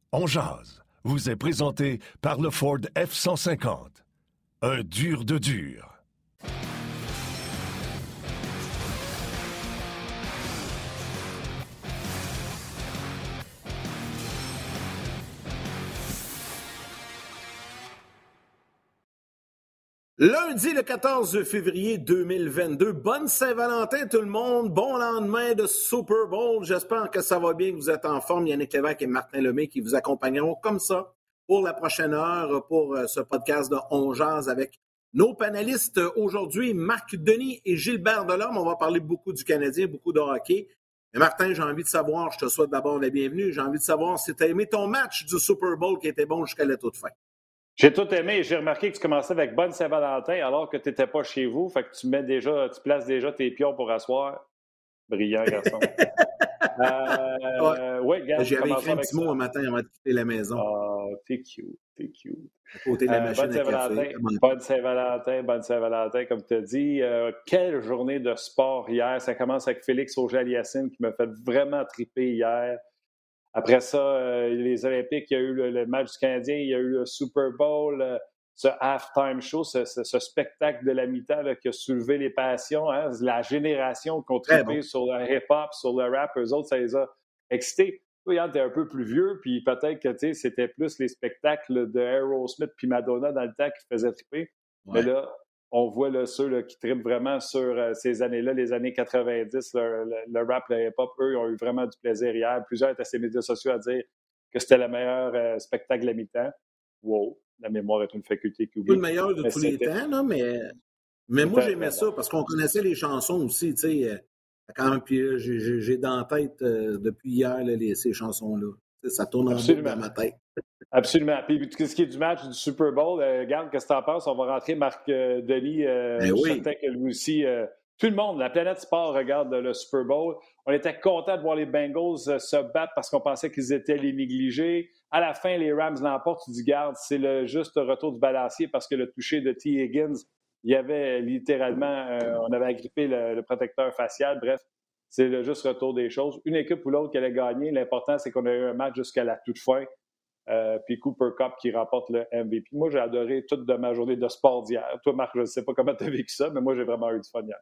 On jase vous est présenté par le Ford F-150. Un dur de dur. Lundi, le 14 février 2022. Bonne Saint-Valentin tout le monde. Bon lendemain de Super Bowl. J'espère que ça va bien, que vous êtes en forme. Yannick Lévesque et Martin Lemay qui vous accompagneront comme ça pour la prochaine heure pour ce podcast de On jase avec nos panélistes. Aujourd'hui, Marc Denis et Gilbert Delorme. On va parler beaucoup du Canadien, beaucoup de hockey. Et Martin, j'ai envie de savoir, je te souhaite d'abord la bienvenue, j'ai envie de savoir si tu as aimé ton match du Super Bowl qui était bon jusqu'à la toute fin. J'ai tout aimé et j'ai remarqué que tu commençais avec Bonne Saint-Valentin alors que tu n'étais pas chez vous. Fait que tu places déjà tes pions pour asseoir. Brillant, garçon. Ouais, j'avais écrit un petit mot un matin avant de quitter la maison. T'es cute. À côté de la machine Bonne à café. Bonne Saint-Valentin, comme tu as dit. Quelle journée de sport hier. Ça commence avec Félix Auger-Aliassime qui m'a fait vraiment triper hier. Après ça, les Olympiques, il y a eu le match du Canadien, il y a eu le Super Bowl, ce halftime show, ce spectacle de la mi-temps là, qui a soulevé les passions. Hein? La génération qui ont trippé sur le hip-hop, sur le rap, eux autres, ça les a excités. Toi, Yann, t'es un peu plus vieux, puis peut-être que c'était plus les spectacles de Aerosmith puis Madonna dans le temps qui faisaient tripper. Ouais. Mais là, on voit là, ceux là, qui trippent vraiment sur ces années-là, les années 90, le rap, le hip-hop, eux, ont eu vraiment du plaisir hier. Plusieurs étaient sur les médias sociaux à dire que c'était le meilleur spectacle de la mi-temps. Wow, la mémoire est une faculté qui oublie. Pas le meilleur de tous les temps, là, mais moi, j'aimais ça parce qu'on connaissait les chansons aussi, tu sais. Quand même, puis j'ai dans la tête depuis hier ces chansons-là. Ça tourne en boucle dans ma tête. Absolument. Puis, ce qui est du match du Super Bowl, regarde, qu'est-ce que tu en penses? On va rentrer Marc Denis. Je suis certain que lui aussi, tout le monde, la planète sport regarde le Super Bowl. On était content de voir les Bengals se battre parce qu'on pensait qu'ils étaient les négligés. À la fin, les Rams l'emportent. Tu dis, garde, c'est le juste retour du balancier parce que le toucher de T. Higgins, il y avait littéralement, on avait agrippé le protecteur facial. Bref, c'est le juste retour des choses. Une équipe ou l'autre qui allait gagner. L'important, c'est qu'on a eu un match jusqu'à la toute fin. Puis Cooper Cup qui remporte le MVP. Moi, j'ai adoré toute de ma journée de sport d'hier. Toi, Marc, je ne sais pas comment tu as vécu ça, mais moi, j'ai vraiment eu du fun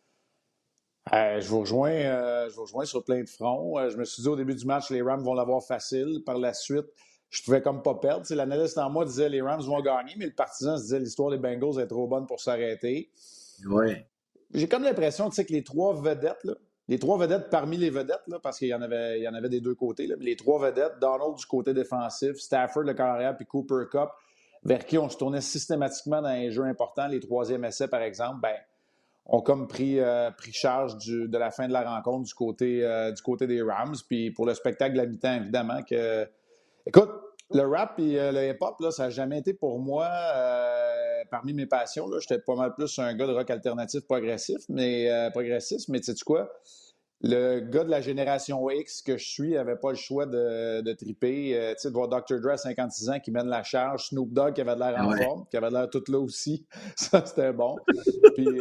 hier. Je vous rejoins sur plein de fronts. Je me suis dit au début du match, les Rams vont l'avoir facile. Par la suite, je pouvais comme pas perdre. T'sais, l'analyste en moi disait les Rams vont gagner, mais le partisan se disait l'histoire des Bengals est trop bonne pour s'arrêter. Ouais. J'ai comme l'impression que les trois vedettes parmi les vedettes, là, parce qu'il y en avait des deux côtés, là, mais les trois vedettes, Donald du côté défensif, Stafford le carrière, puis Cooper Cup, vers qui on se tournait systématiquement dans les jeux importants, les troisièmes essais par exemple, ont comme pris charge de la fin de la rencontre du côté des Rams. Puis pour le spectacle de la mi-temps, évidemment, écoute, le rap et le hip-hop, là, ça n'a jamais été pour moi parmi mes passions. Là, j'étais pas mal plus un gars de rock alternatif progressiste, mais tu sais quoi? Le gars de la génération X que je suis n'avait pas le choix de triper. Tu sais, de voir Dr. Dre à 56 ans qui mène la charge, Snoop Dogg qui avait de l'air en forme, qui avait de l'air tout là aussi. Ça, c'était bon. Puis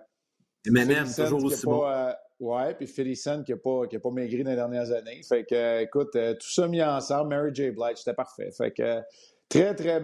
Eminem, toujours aussi bon. Ouais, puis Philly Sen qui n'a pas maigri dans les dernières années. Fait que, écoute, tout ça mis ensemble, Mary J. Blige, c'était parfait. Fait que, très, très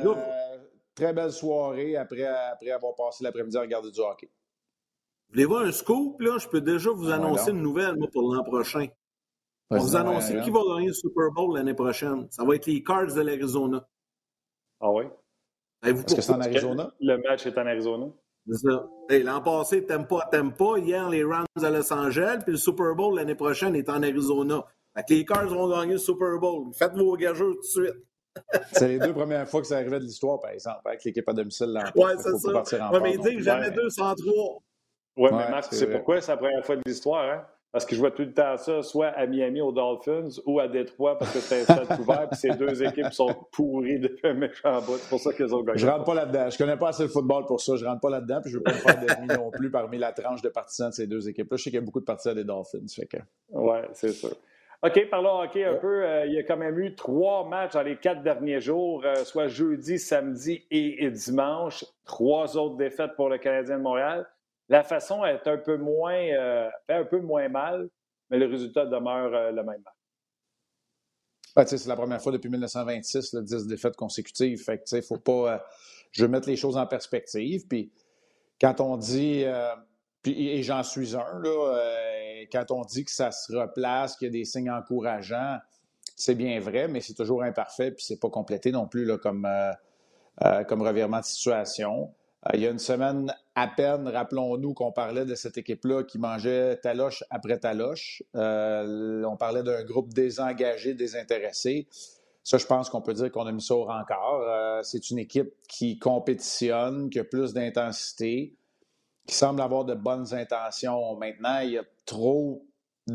belle soirée après avoir passé l'après-midi à regarder du hockey. Voulez-vous un scoop, là? Je peux déjà vous annoncer une nouvelle, moi, pour l'an prochain. On va vous annoncer qui va gagner le Super Bowl l'année prochaine. Ça va être les Cards de l'Arizona. Ah oui? Est-ce que c'est en Arizona? Le match est en Arizona. C'est ça. Hey, l'an passé, t'aimes pas. Hier, les Rams à Los Angeles, puis le Super Bowl l'année prochaine est en Arizona. Fait que les Cards vont gagner le Super Bowl. Faites vos gageurs tout de suite. C'est les deux premières fois que ça arrivait de l'histoire, par exemple, avec l'équipe à domicile. Oui, c'est ça. Ouais, mais ils disent jamais 203. Oui, mais Marc, c'est pourquoi c'est la première fois de l'histoire, hein? Parce que je vois tout le temps ça, soit à Miami aux Dolphins ou à Détroit parce que c'est un stade ouvert puis ces deux équipes sont pourries depuis un méchant bout. C'est pour ça qu'elles ont gagné. Je rentre pas là-dedans. Je connais pas assez le football pour ça. Je rentre pas là-dedans puis je veux pas me faire d'ennemis non plus parmi la tranche de partisans de ces deux équipes-là. Je sais qu'il y a beaucoup de partisans des Dolphins. Oui, c'est sûr. OK, parlons hockey un peu. Il y a quand même eu 3 matchs dans les 4 derniers jours, soit jeudi, samedi et dimanche. 3 autres défaites pour le Canadien de Montréal. La façon est fait un peu moins mal, mais le résultat demeure le même. C'est la première fois depuis 1926, 10 défaites consécutives. Fait que, faut pas. Je veux mettre les choses en perspective. Puis quand on dit. Et j'en suis un, quand on dit que ça se replace, qu'il y a des signes encourageants, c'est bien vrai, mais c'est toujours imparfait, puis c'est pas complété non plus là, comme revirement de situation. Il y a une semaine à peine, rappelons-nous qu'on parlait de cette équipe-là qui mangeait taloche après taloche. On parlait d'un groupe désengagé, désintéressé. Ça, je pense qu'on peut dire qu'on a mis ça au rencard. C'est une équipe qui compétitionne, qui a plus d'intensité, qui semble avoir de bonnes intentions. Maintenant, il y a trop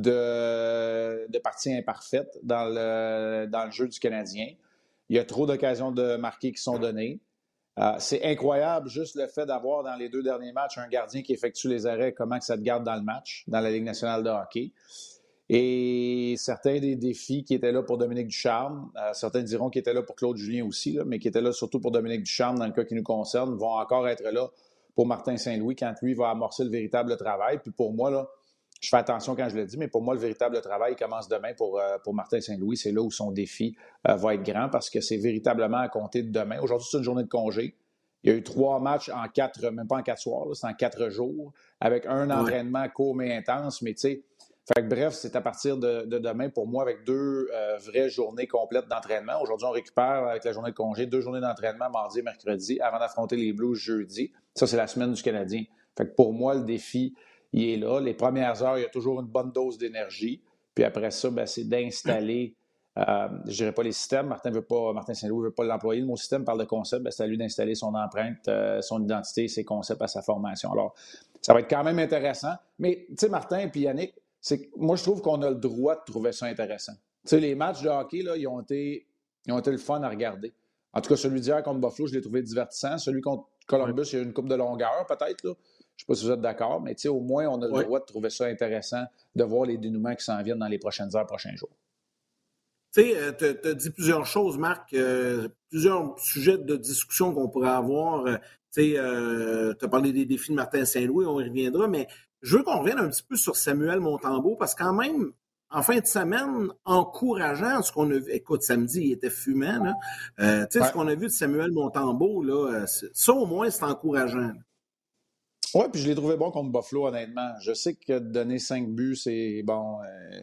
de parties imparfaites dans le jeu du Canadien. Il y a trop d'occasions de marquer qui sont données. C'est incroyable juste le fait d'avoir dans les 2 derniers matchs un gardien qui effectue les arrêts, comment que ça te garde dans le match, dans la Ligue nationale de hockey. Et certains des défis qui étaient là pour Dominique Ducharme, certains diront qu'ils étaient là pour Claude Julien aussi, là, mais qui étaient là surtout pour Dominique Ducharme dans le cas qui nous concerne, vont encore être là pour Martin Saint-Louis quand lui va amorcer le véritable travail. Puis pour moi, là, je fais attention quand je le dis, mais pour moi, le véritable travail commence demain pour Martin Saint-Louis. C'est là où son défi va être grand parce que c'est véritablement à compter de demain. Aujourd'hui, c'est une journée de congé. Il y a eu 3 matchs en 4, même pas en 4 soirs, là, c'est en 4 jours, avec un entraînement court mais intense. Mais tu sais, bref, c'est à partir de demain pour moi avec 2 vraies journées complètes d'entraînement. Aujourd'hui, on récupère avec la journée de congé 2 journées d'entraînement mardi et mercredi avant d'affronter les Blues jeudi. Ça, c'est la semaine du Canadien. Fait que pour moi, le défi, il est là. Les premières heures, il y a toujours une bonne dose d'énergie. Puis après ça, c'est d'installer, je dirais pas les systèmes. Martin Saint-Louis ne veut pas l'employer. Mon système parle de concept. C'est à lui d'installer son empreinte, son identité, ses concepts à sa formation. Alors, ça va être quand même intéressant. Mais, tu sais, Martin et Yannick, moi, je trouve qu'on a le droit de trouver ça intéressant. Tu sais, les matchs de hockey, là, ils ont été le fun à regarder. En tout cas, celui d'hier contre Buffalo, je l'ai trouvé divertissant. Celui contre Columbus, il y a une coupe de longueur, peut-être, là. Je ne sais pas si vous êtes d'accord, mais au moins, on a le droit de trouver ça intéressant, de voir les dénouements qui s'en viennent dans les prochaines heures, prochains jours. Tu sais, tu as dit plusieurs choses, Marc, plusieurs sujets de discussion qu'on pourrait avoir. Tu as parlé des défis de Martin Saint-Louis, on y reviendra, mais je veux qu'on revienne un petit peu sur Samuel Montembeault, parce que quand même, en fin de semaine, encourageant ce qu'on a vu. Écoute, samedi, il était fumant, là. Ce qu'on a vu de Samuel Montembeault, là, ça au moins, c'est encourageant. Oui, puis je l'ai trouvé bon contre Buffalo, honnêtement. Je sais que donner 5 buts, c'est bon,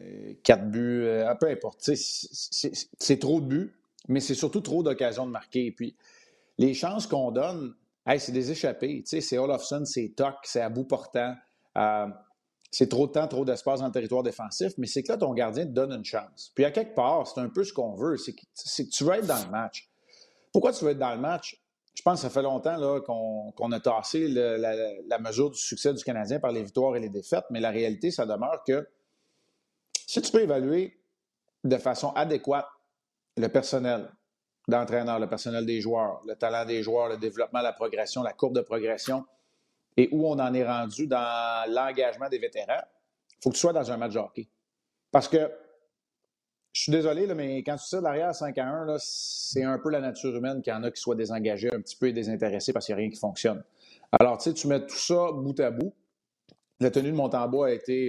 4 buts, peu importe. C'est trop de buts, mais c'est surtout trop d'occasions de marquer. Et puis, les chances qu'on donne, c'est des échappées. C'est Olofsson, c'est Tuch, c'est à bout portant. C'est trop de temps, trop d'espace dans le territoire défensif, mais c'est que là, ton gardien te donne une chance. Puis à quelque part, c'est un peu ce qu'on veut, c'est que tu veux être dans le match. Pourquoi tu veux être dans le match? Je pense que ça fait longtemps là, qu'on a tassé la mesure du succès du Canadien par les victoires et les défaites, mais la réalité, ça demeure que si tu peux évaluer de façon adéquate le personnel d'entraîneur, le personnel des joueurs, le talent des joueurs, le développement, la progression, la courbe de progression, et où on en est rendu dans l'engagement des vétérans, il faut que tu sois dans un match de hockey. Parce que, je suis désolé, là, mais quand tu tires de l'arrière à 5-1, là, c'est un peu la nature humaine qu'il y en a qui soient désengagés un petit peu et désintéressés parce qu'il n'y a rien qui fonctionne. Alors, tu sais, tu mets tout ça bout à bout. La tenue de Montembeault a été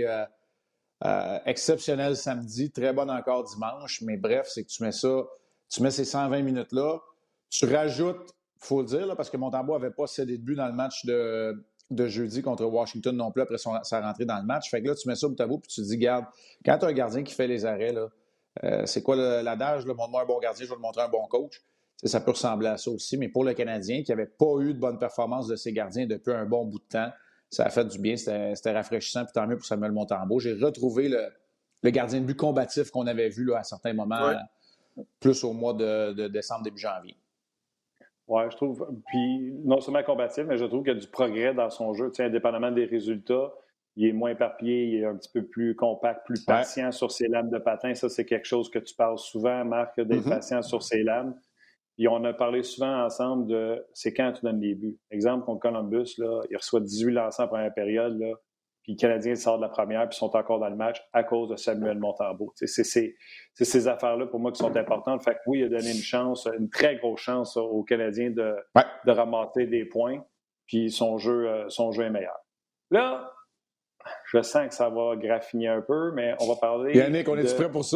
exceptionnelle samedi, très bonne encore dimanche, mais bref, c'est que tu mets ces 120 minutes-là, tu rajoutes, il faut le dire, là, parce que Montembeault n'avait pas cédé de but dans le match de jeudi contre Washington non plus après sa rentrée dans le match. Fait que là, tu mets ça bout à bout puis tu te dis, garde, quand tu as un gardien qui fait les arrêts, là, c'est quoi l'adage? Montre-moi un bon gardien, je vais te montrer un bon coach. Ça peut ressembler à ça aussi, mais pour le Canadien qui n'avait pas eu de bonne performance de ses gardiens depuis un bon bout de temps, ça a fait du bien, c'était rafraîchissant, puis tant mieux pour Samuel Montembeault. J'ai retrouvé le gardien de but combatif qu'on avait vu là, à certains moments, plus au mois de décembre, début janvier. Oui, je trouve. Puis non seulement combatif, mais je trouve qu'il y a du progrès dans son jeu. Tu sais, indépendamment des résultats, il est moins éparpillé, il est un petit peu plus compact, plus patient sur ses lames de patin. Ça, c'est quelque chose que tu parles souvent, Marc, d'être patient sur ses lames. Puis on a parlé souvent ensemble de c'est quand tu donnes les buts. Exemple, contre Columbus, là, il reçoit 18 lancers en première période, là, puis le Canadien sort de la première, puis sont encore dans le match à cause de Samuel Montembeault. C'est ces affaires-là, pour moi, qui sont importantes. Fait que oui, il a donné une chance, une très grosse chance aux Canadiens de ramasser des points, puis son jeu est meilleur. Là, je sens que ça va graffiner un peu, mais on va parler... Yannick, on est-tu prêt pour ça?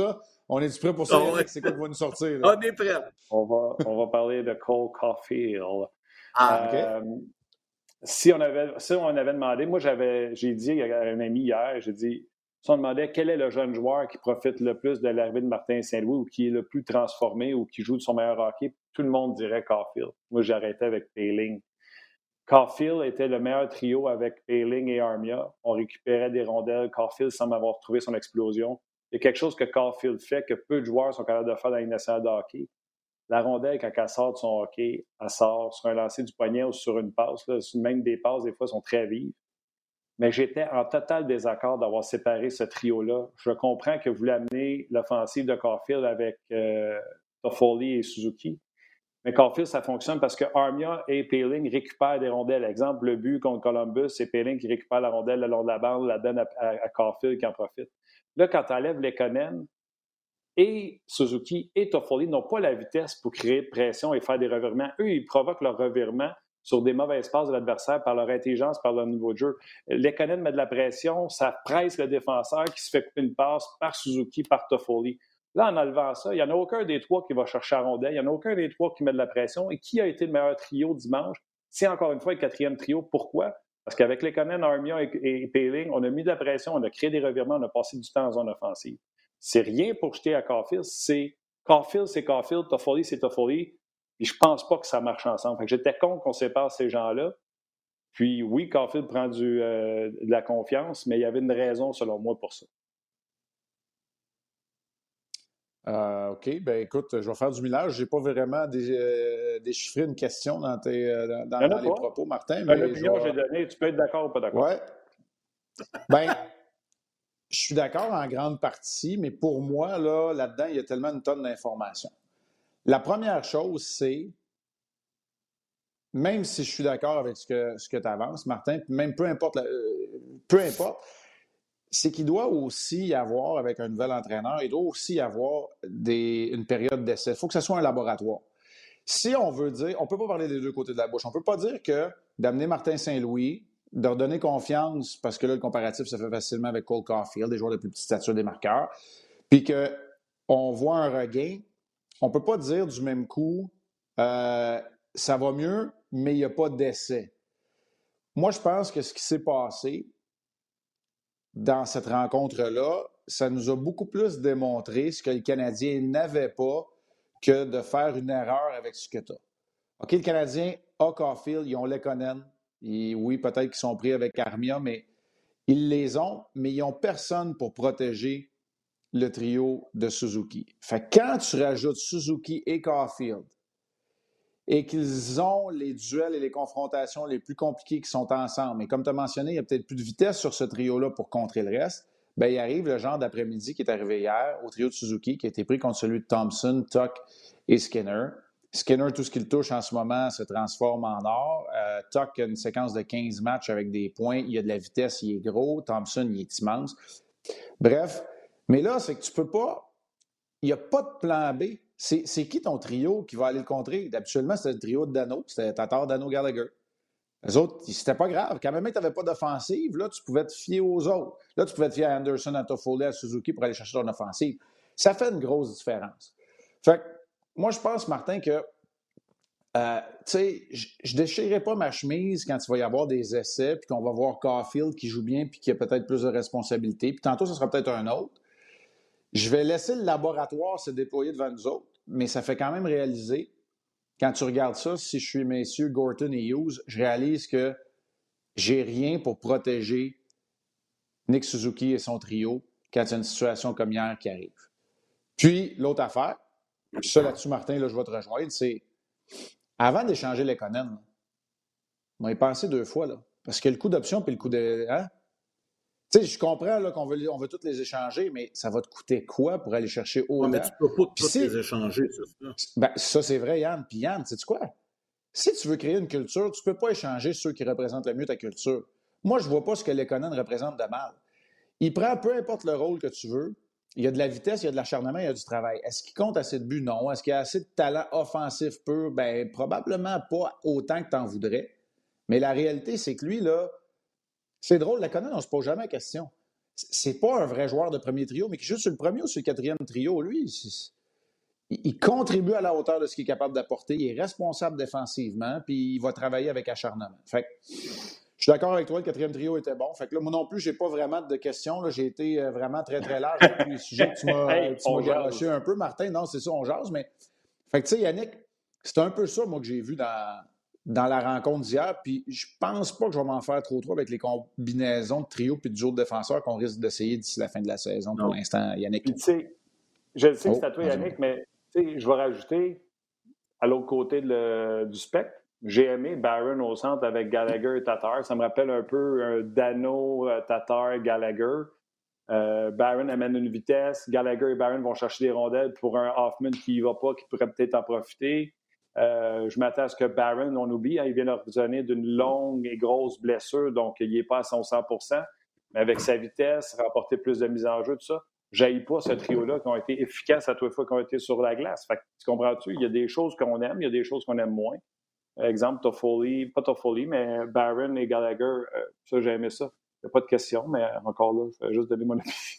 On est-tu prêt pour ça, Oh, Yannick? C'est quoi qui va nous sortir? Là? On est prêt. On va parler de Cole Caulfield. OK. Si on avait demandé, moi j'ai dit à un ami hier, j'ai dit, si on demandait quel est le jeune joueur qui profite le plus de l'arrivée de Martin Saint-Louis ou qui est le plus transformé ou qui joue de son meilleur hockey, tout le monde dirait Caulfield. Moi, j'arrêtais avec Poehling. Caulfield était le meilleur trio avec Poehling et Armia. On récupérait des rondelles. Caulfield semble avoir retrouvé son explosion. Il y a quelque chose que Caulfield fait que peu de joueurs sont capables de faire dans la Ligue nationale de hockey. La rondelle, quand elle sort de son hockey, elle sort sur un lancer du poignet ou sur une passe. Là. Même des passes, des fois, sont très vives. Mais j'étais en total désaccord d'avoir séparé ce trio-là. Je comprends que vous voulez amener l'offensive de Caulfield avec Toffoli et Suzuki. Mais Caulfield, ça fonctionne parce que Armia et Poehling récupèrent des rondelles. Exemple, le but contre Columbus, c'est Poehling qui récupère la rondelle le long de la bande, la donne à Caulfield qui en profite. Là, quand tu enlèves Lekonen, et Suzuki et Toffoli n'ont pas la vitesse pour créer de pression et faire des revirements. Eux, ils provoquent leur revirement sur des mauvaises passes de l'adversaire par leur intelligence, par leur niveau de jeu. Lekonen met de la pression, ça presse le défenseur qui se fait couper une passe par Suzuki, par Toffoli. Là, en enlevant ça, il n'y en a aucun des trois qui va chercher la rondelle, il n'y en a aucun des trois qui met de la pression. Et qui a été le meilleur trio dimanche? C'est encore une fois le quatrième trio. Pourquoi? Parce qu'avec Lekonen, Armia et Poehling, on a mis de la pression, on a créé des revirements, on a passé du temps en zone offensive. C'est rien pour jeter à Caulfield. C'est Caulfield, Toffoli, c'est Toffoli. Et je pense pas que ça marche ensemble. Fait que j'étais contre qu'on sépare ces gens-là. Puis oui, Caulfield prend de la confiance, mais il y avait une raison, selon moi, pour ça. OK. Ben écoute, je vais faire du millage. Je n'ai pas vraiment déchiffré une question dans les propos, Martin. Mais l'opinion que j'ai donnée, tu peux être d'accord ou pas d'accord? Oui. Ben, je suis d'accord en grande partie, mais pour moi, là-dedans, il y a tellement une tonne d'informations. La première chose, c'est, même si je suis d'accord avec ce que tu avances, Martin, même peu importe, c'est qu'il doit aussi y avoir, avec un nouvel entraîneur, il doit aussi y avoir une période d'essai. Il faut que ce soit un laboratoire. Si on veut dire, on ne peut pas parler des deux côtés de la bouche. On ne peut pas dire que d'amener Martin Saint-Louis, de redonner confiance, parce que là, le comparatif se fait facilement avec Cole Caulfield, des joueurs de plus petite stature, des marqueurs, puis qu'on voit un regain, on ne peut pas dire du même coup, ça va mieux, mais il n'y a pas d'essai. Moi, je pense que ce qui s'est passé dans cette rencontre-là, ça nous a beaucoup plus démontré ce que le Canadien n'avait pas que de faire une erreur avec ce que tu as. OK, le Canadien a Caulfield, ils ont Lekonen. Oui, peut-être qu'ils sont pris avec Armia, mais ils les ont, mais ils n'ont personne pour protéger le trio de Suzuki. Fait que quand tu rajoutes Suzuki et Caulfield et qu'ils ont les duels et les confrontations les plus compliqués qui sont ensemble, et comme tu as mentionné, il n'y a peut-être plus de vitesse sur ce trio-là pour contrer le reste, bien, il arrive le genre d'après-midi qui est arrivé hier au trio de Suzuki, qui a été pris contre celui de Thompson, Tuch et Skinner. Skinner, tout ce qu'il touche en ce moment se transforme en or. Tuch a une séquence de 15 matchs avec des points. Il y a de la vitesse, il est gros. Thompson, il est immense. Bref, mais là, c'est que tu peux pas... Il n'y a pas de plan B. C'est qui ton trio qui va aller le contrer? Habituellement, c'était le trio de Dano. C'était Tatar, Dano, Gallagher. Les autres, c'était pas grave. Quand même, tu n'avais pas d'offensive, là, tu pouvais te fier aux autres. Là, tu pouvais te fier à Anderson, à Toffoli, à Suzuki pour aller chercher ton offensive. Ça fait une grosse différence. Fait que, moi, je pense, Martin, que tu sais, je déchirerai pas ma chemise quand il va y avoir des essais, puis qu'on va voir Caulfield qui joue bien, puis qui a peut-être plus de responsabilités. Puis tantôt, ce sera peut-être un autre. Je vais laisser le laboratoire se déployer devant nous autres, mais ça fait quand même réaliser, quand tu regardes ça, si je suis messieurs Gorton et Hughes, je réalise que j'ai rien pour protéger Nick Suzuki et son trio quand il y a une situation comme hier qui arrive. Puis, l'autre affaire, puis ça là-dessus, Martin, là, je vais te rejoindre, c'est avant d'échanger Lekonen, on va y penser deux fois, là, parce que le coût d'option puis le coût de... Hein? Tu sais, je comprends là, on veut tous les échanger, mais ça va te coûter quoi pour aller chercher autant? Mais tu ne peux pas tous les échanger, c'est ça. Ben, ça, c'est vrai, Yann. Puis Yann, sais-tu quoi? Si tu veux créer une culture, tu ne peux pas échanger ceux qui représentent le mieux ta culture. Moi, je ne vois pas ce que Lekonen représente de mal. Il prend peu importe le rôle que tu veux. Il y a de la vitesse, il y a de l'acharnement, il y a du travail. Est-ce qu'il compte assez de buts? Non. Est-ce qu'il y a assez de talent offensif pur? Bien, probablement pas autant que tu en voudrais. Mais la réalité, c'est que lui, là, c'est drôle, Lekonen, on ne se pose jamais la question. c'est pas un vrai joueur de premier trio, mais qui joue sur le premier ou sur le quatrième trio, lui, il contribue à la hauteur de ce qu'il est capable d'apporter. Il est responsable défensivement, puis il va travailler avec acharnement. Fait que, je suis d'accord avec toi, le quatrième trio était bon. Fait que là, moi non plus, j'ai pas vraiment de questions. Là. J'ai été vraiment très, très large avec les sujets que tu m'as garoché un peu, Martin. Non, c'est ça, on jase, mais... Fait que, tu sais, Yannick, c'est un peu ça, moi, que j'ai vu dans la rencontre d'hier. Puis je pense pas que je vais m'en faire trop avec les combinaisons de trio puis de duo de défenseurs qu'on risque d'essayer d'ici la fin de la saison pour l'instant, Yannick. Puis, tu sais, je le sais que c'est à toi, Yannick, mais je vais rajouter à l'autre côté du spectre. J'ai aimé Barron au centre avec Gallagher et Tatar. Ça me rappelle un peu un Dano, Tatar, Gallagher. Barron amène une vitesse. Gallagher et Barron vont chercher des rondelles pour un Hoffman qui n'y va pas, qui pourrait peut-être en profiter. Je m'attends à ce que Barron, on oublie, il vient de revenir d'une longue et grosse blessure, donc il n'est pas à son 100%. Mais avec sa vitesse, remporter plus de mise en jeu, tout ça, j'haïs pas ce trio-là qui ont été efficaces à toutes les fois qu'ils ont été sur la glace. Fait que, tu comprends-tu? Il y a des choses qu'on aime, il y a des choses qu'on aime moins. Exemple, Toffoli, pas Toffoli, mais Barron et Gallagher, ça, j'ai aimé ça. Il n'y a pas de question, mais encore là, je vais juste donner mon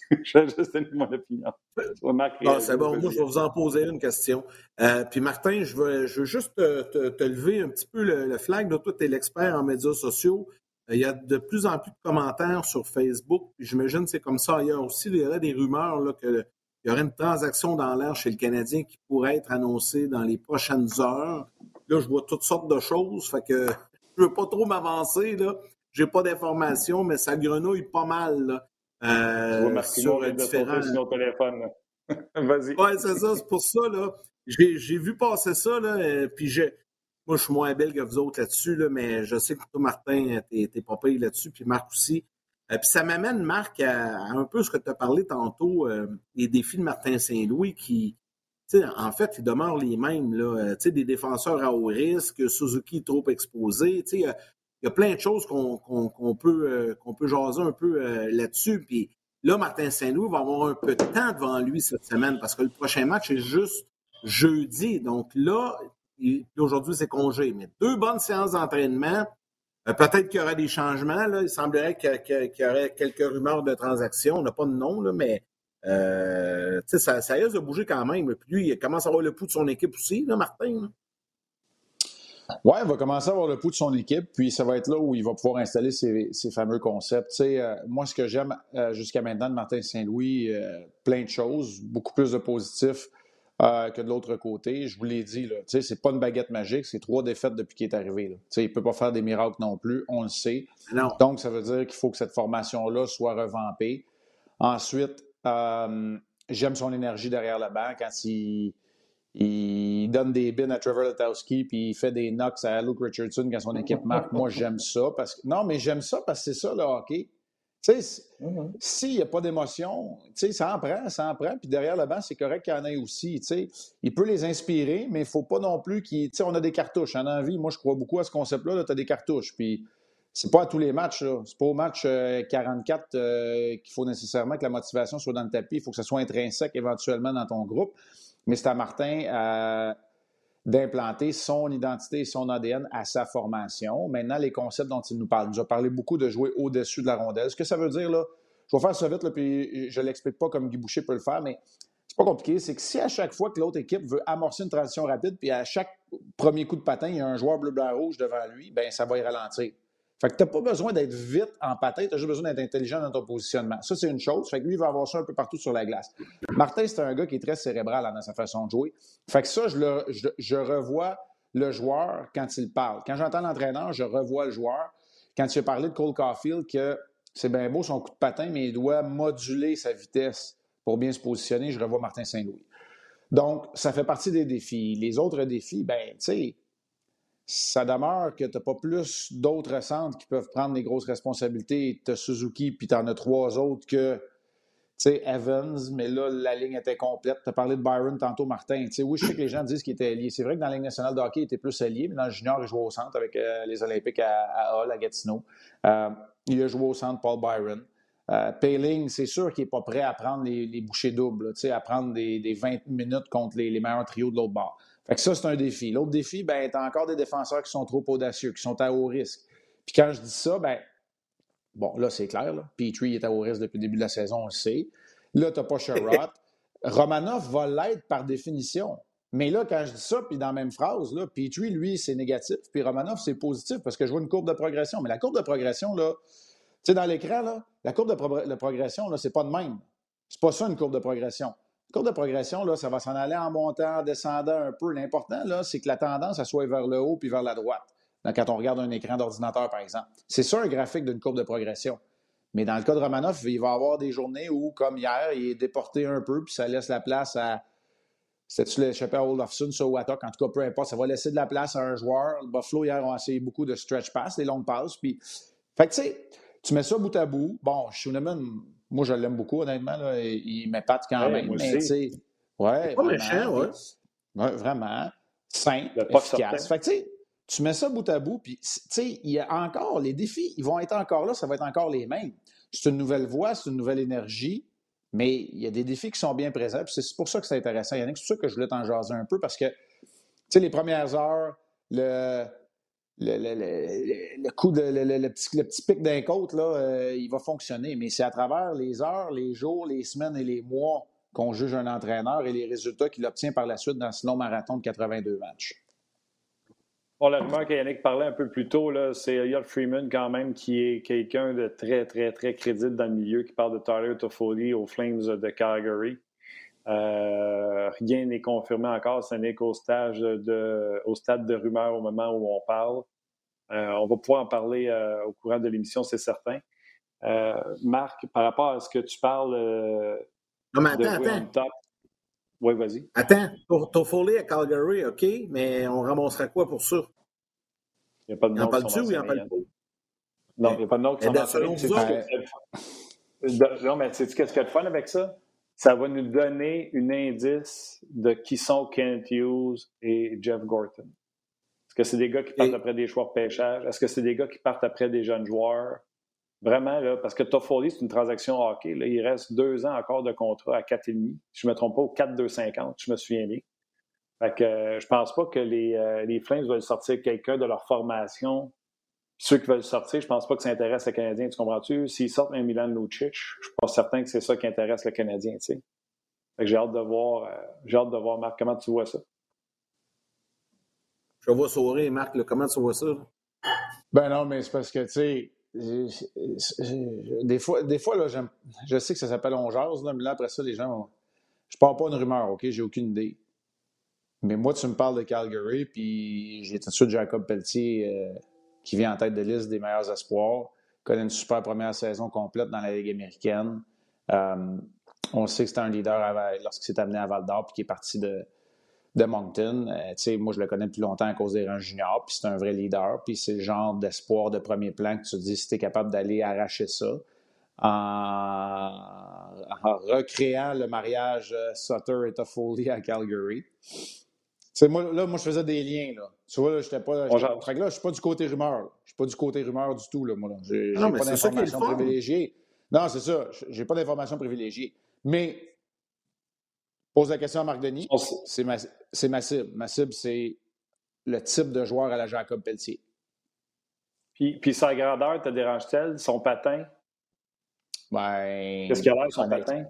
opinion. Ah, c'est bon, moi, je vais vous en poser une question. Puis Martin, je veux juste te lever un petit peu le flag. Là, toi, tu es l'expert en médias sociaux. Il y a de plus en plus de commentaires sur Facebook. Puis j'imagine que c'est comme ça ailleurs aussi. Il y aurait des rumeurs là, qu'il y aurait une transaction dans l'air chez le Canadien qui pourrait être annoncée dans les prochaines heures. Là, je vois toutes sortes de choses. Fait que je ne veux pas trop m'avancer, là. J'ai pas d'informations, mais ça grenouille pas mal là, sur différents... sur téléphone. Vas-y. Oui, c'est ça. C'est pour ça. Là. J'ai vu passer ça. Là, puis moi, je suis moins belle que vous autres là-dessus, là, mais je sais que toi, Martin, t'es pas payé là-dessus, puis Marc aussi. Puis ça m'amène, Marc, à un peu ce que tu as parlé tantôt, les défis de Martin Saint-Louis qui, en fait, ils demeurent les mêmes. Là, des défenseurs à haut risque, Suzuki trop exposé. Il y a plein de choses qu'on peut jaser un peu là-dessus. Puis là, Martin Saint-Louis va avoir un peu de temps devant lui cette semaine parce que le prochain match est juste jeudi. Donc là, aujourd'hui, c'est congé. Mais 2 bonnes séances d'entraînement. Peut-être qu'il y aura des changements. Là. Il semblerait qu'il y aurait quelques rumeurs de transactions. On n'a pas de nom, là, mais ça risque de bouger quand même. Puis lui, il commence à avoir le pouls de son équipe aussi, là, Martin. Là. Oui, il va commencer à avoir le pouls de son équipe, puis ça va être là où il va pouvoir installer ces fameux concepts. Moi, ce que j'aime jusqu'à maintenant de Martin Saint-Louis, plein de choses, beaucoup plus de positifs que de l'autre côté. Je vous l'ai dit, là, c'est pas une baguette magique, c'est 3 défaites depuis qu'il est arrivé. Là. Il ne peut pas faire des miracles non plus, on le sait. Non. Donc, ça veut dire qu'il faut que cette formation-là soit revampée. Ensuite, j'aime son énergie derrière le banc quand il donne des bins à Trevor Letowski puis il fait des knocks à Luke Richardson quand son équipe marque. Moi, j'aime ça. Non, mais j'aime ça parce que c'est ça, le hockey. S'il n'y a pas d'émotion, ça en prend. Puis derrière le banc, c'est correct qu'il y en ait aussi. Il peut les inspirer, mais il ne faut pas non plus on a des cartouches. En envie, moi, je crois beaucoup à ce concept-là. Tu as des cartouches. Puis c'est pas à tous les matchs. Là. C'est pas au match 44 qu'il faut nécessairement que la motivation soit dans le tapis. Il faut que ça soit intrinsèque éventuellement dans ton groupe. Mais c'est à Martin d'implanter son identité et son ADN à sa formation. Maintenant, les concepts dont il nous parle. Il nous a parlé beaucoup de jouer au-dessus de la rondelle. Ce que ça veut dire, là, je vais faire ça vite, là, puis je ne l'explique pas comme Guy Boucher peut le faire, mais c'est pas compliqué. C'est que si à chaque fois que l'autre équipe veut amorcer une transition rapide, puis à chaque premier coup de patin, il y a un joueur bleu-blanc-rouge devant lui, bien, ça va y ralentir. Fait que tu n'as pas besoin d'être vite en patin, tu as juste besoin d'être intelligent dans ton positionnement. Ça, c'est une chose. Fait que lui, il va avoir ça un peu partout sur la glace. Martin, c'est un gars qui est très cérébral dans sa façon de jouer. Fait que ça, je revois le joueur quand il parle. Quand j'entends l'entraîneur, je revois le joueur. Quand il a parlé de Cole Caulfield, que c'est bien beau son coup de patin, mais il doit moduler sa vitesse pour bien se positionner, je revois Martin Saint-Louis. Donc, ça fait partie des défis. Les autres défis, bien, tu sais, ça demeure que tu n'as pas plus d'autres centres qui peuvent prendre les grosses responsabilités. Tu as Suzuki, puis tu en as 3 autres que, tu sais, Evans, mais là, la ligne était complète. Tu as parlé de Byron tantôt, Martin. Tu sais, oui, je sais que les gens disent qu'il était allié. C'est vrai que dans la Ligue nationale de hockey, il était plus allié, mais dans le junior, il jouait au centre avec les Olympiques à Hull, à Gatineau. Il a joué au centre, Paul Byron. Poehling, c'est sûr qu'il n'est pas prêt à prendre les bouchées doubles, à prendre des 20 minutes contre les meilleurs trios de l'autre bord. Fait que ça, c'est un défi. L'autre défi, ben, tu as encore des défenseurs qui sont trop audacieux, qui sont à haut risque. Puis quand je dis ça, ben, Bon, là, c'est clair. Là. Petrie était au risque depuis le début de la saison, on le sait. Là, tu n'as pas Sherrod. Romanov va l'être par définition. Mais là, quand je dis ça, puis dans la même phrase, là, Petrie, lui, c'est négatif, puis Romanov, c'est positif parce que je vois une courbe de progression. Mais la courbe de progression, là, tu sais, dans l'écran, là, la courbe de progression, là, c'est pas de même. C'est pas ça, une courbe de progression. Une courbe de progression, là, ça va s'en aller en montant, en descendant un peu. L'important, là, c'est que la tendance, elle soit vers le haut puis vers la droite. Donc, quand on regarde un écran d'ordinateur, par exemple. C'est ça, un graphique d'une courbe de progression. Mais dans le cas de Romanov, il va y avoir des journées où, comme hier, il est déporté un peu, puis ça laisse la place à... C'était-tu l'échappé à Olofsson, ça, ou à Tuck? En tout cas, peu importe, ça va laisser de la place à un joueur. Le Buffalo, hier, ont essayé beaucoup de stretch pass, les longues passes. Puis... Fait que, tu sais, tu mets ça bout à bout. Bon, Schooneman, moi, je l'aime beaucoup, honnêtement. Là. Il m'épate quand même. Moi Mais, tu sais, ouais, pas vraiment. méchant, ouais. Ouais, vraiment. Simple, pas efficace. Fait que, tu sais, tu mets ça bout à bout, puis, tu sais, il y a encore, les défis, ils vont être encore là, ça va être encore les mêmes. C'est une nouvelle voie, c'est une nouvelle énergie, mais il y a des défis qui sont bien présents, puis c'est pour ça que c'est intéressant. Yannick, c'est pour ça que je voulais t'en jaser un peu, parce que, tu sais, les premières heures, le coup le petit pic d'un côte, là, il va fonctionner, mais c'est à travers les heures, les jours, les semaines et les mois qu'on juge un entraîneur et les résultats qu'il obtient par la suite dans ce long marathon de 82 matchs. Bon, la rumeur que Yannick parlait un peu plus tôt, là, c'est Elliott Freeman quand même qui est quelqu'un de très, très, très crédible dans le milieu, qui parle de Tyler Toffoli aux Flames de Calgary. Rien n'est confirmé encore, ce n'est qu'au stade de rumeur au moment où on parle. On va pouvoir en parler au courant de l'émission, c'est certain. Marc, par rapport à ce que tu parles Non, mais de attends. on top. Oui, vas-y. Attends, Toffoli à Calgary, OK, mais on ramassera quoi pour ça? Il n'y a pas de nom Il en parle-tu ou il en parle pas? Non, il n'y a pas de nom qui sont selon vous Non, mais sais-tu qu'est-ce qu'il y a de fun avec ça? Ça va nous donner un indice de qui sont Kent Hughes et Jeff Gorton. Est-ce que c'est des gars qui partent après des choix de pêchage? Est-ce que c'est des gars qui partent après des jeunes joueurs? Vraiment, là, parce que Toffoli, c'est une transaction hockey. Là, il reste 2 ans encore de contrat à 4,5. Si je ne me trompe pas, au 4,250, je me souviens bien. Fait que je pense pas que les Flames veulent sortir quelqu'un de leur formation. Ceux qui veulent sortir, je pense pas que ça intéresse le Canadien, tu comprends-tu? S'ils sortent un Milan Lucic, je suis pas certain que c'est ça qui intéresse le Canadien, tu sais. Fait que j'ai hâte de voir, Marc, comment tu vois ça? Je vois sourire, Marc, là, comment tu vois ça? Là? Ben non, mais c'est parce que, tu sais, des fois là, je sais que ça s'appelle on jase, là, mais là, après ça, les gens... Je parle pas d'une rumeur, OK? J'ai aucune idée. Mais moi, tu me parles de Calgary, puis j'ai tout de suite Jacob Pelletier qui vient en tête de liste des meilleurs espoirs, connaît une super première saison complète dans la Ligue américaine. On sait que c'est un leader lorsqu'il s'est amené à Val-d'Or puis qui est parti de Moncton. Moi, je le connais depuis longtemps à cause des rangs juniors, puis c'est un vrai leader. Puis c'est le genre d'espoir de premier plan que tu te dis si tu es capable d'aller arracher ça en recréant le mariage Sutter et Toffoli à Calgary. Moi, je faisais des liens. Là. Tu vois, là, je suis pas du côté rumeur. Je suis pas du côté rumeur du tout. Là, moi, là. J'ai pas d'informations privilégiées. Non, c'est ça. J'ai pas d'informations privilégiées. Mais, pose la question à Marc Denis. C'est ma cible. Ma cible, c'est le type de joueur à la Jacob Pelletier. Puis sa grandeur te dérange-t-elle? Son patin? Ben, qu'est-ce qu'il a l'air, son patin?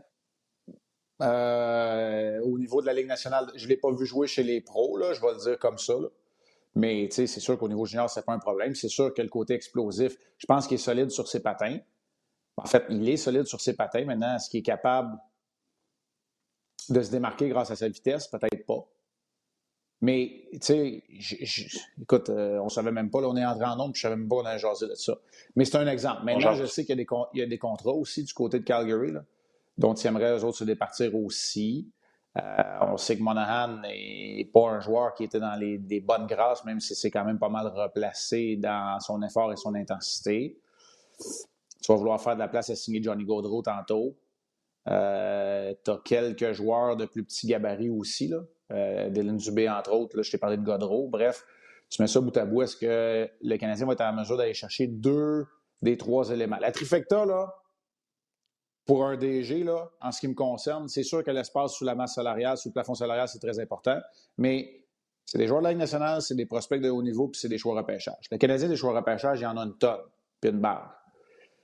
Au niveau de la Ligue nationale, je ne l'ai pas vu jouer chez les pros, là, je vais le dire comme ça. Là. Mais c'est sûr qu'au niveau junior, ce n'est pas un problème. C'est sûr que le côté explosif, je pense qu'il est solide sur ses patins. En fait, il est solide sur ses patins. Maintenant, est-ce qu'il est capable de se démarquer grâce à sa vitesse? Peut-être pas. Mais, tu sais, écoute, on ne savait même pas, là, on est entré en nombre, puis je ne savais même pas qu'on allait jaser de ça. Mais c'est un exemple. Maintenant, je sais qu'il y a des contrats aussi du côté de Calgary, là, dont ils aimeraient eux autres se départir aussi. On sait que Monahan n'est pas un joueur qui était dans des bonnes grâces, même si c'est quand même pas mal replacé dans son effort et son intensité. Tu vas vouloir faire de la place à signer Johnny Gaudreau tantôt. Tu as quelques joueurs de plus petits gabarits aussi, là. Dylan Dubé, entre autres. Là, je t'ai parlé de Gaudreau. Bref, tu mets ça bout à bout. Est-ce que le Canadien va être en mesure d'aller chercher 2 des 3 éléments? La trifecta, là, pour un DG, là, en ce qui me concerne, c'est sûr que l'espace sous la masse salariale, sous le plafond salarial, c'est très important. Mais c'est des joueurs de la Ligue nationale, c'est des prospects de haut niveau, puis c'est des choix repêchage. Le Canadien, des choix repêchage, il y en a une tonne, puis une barre.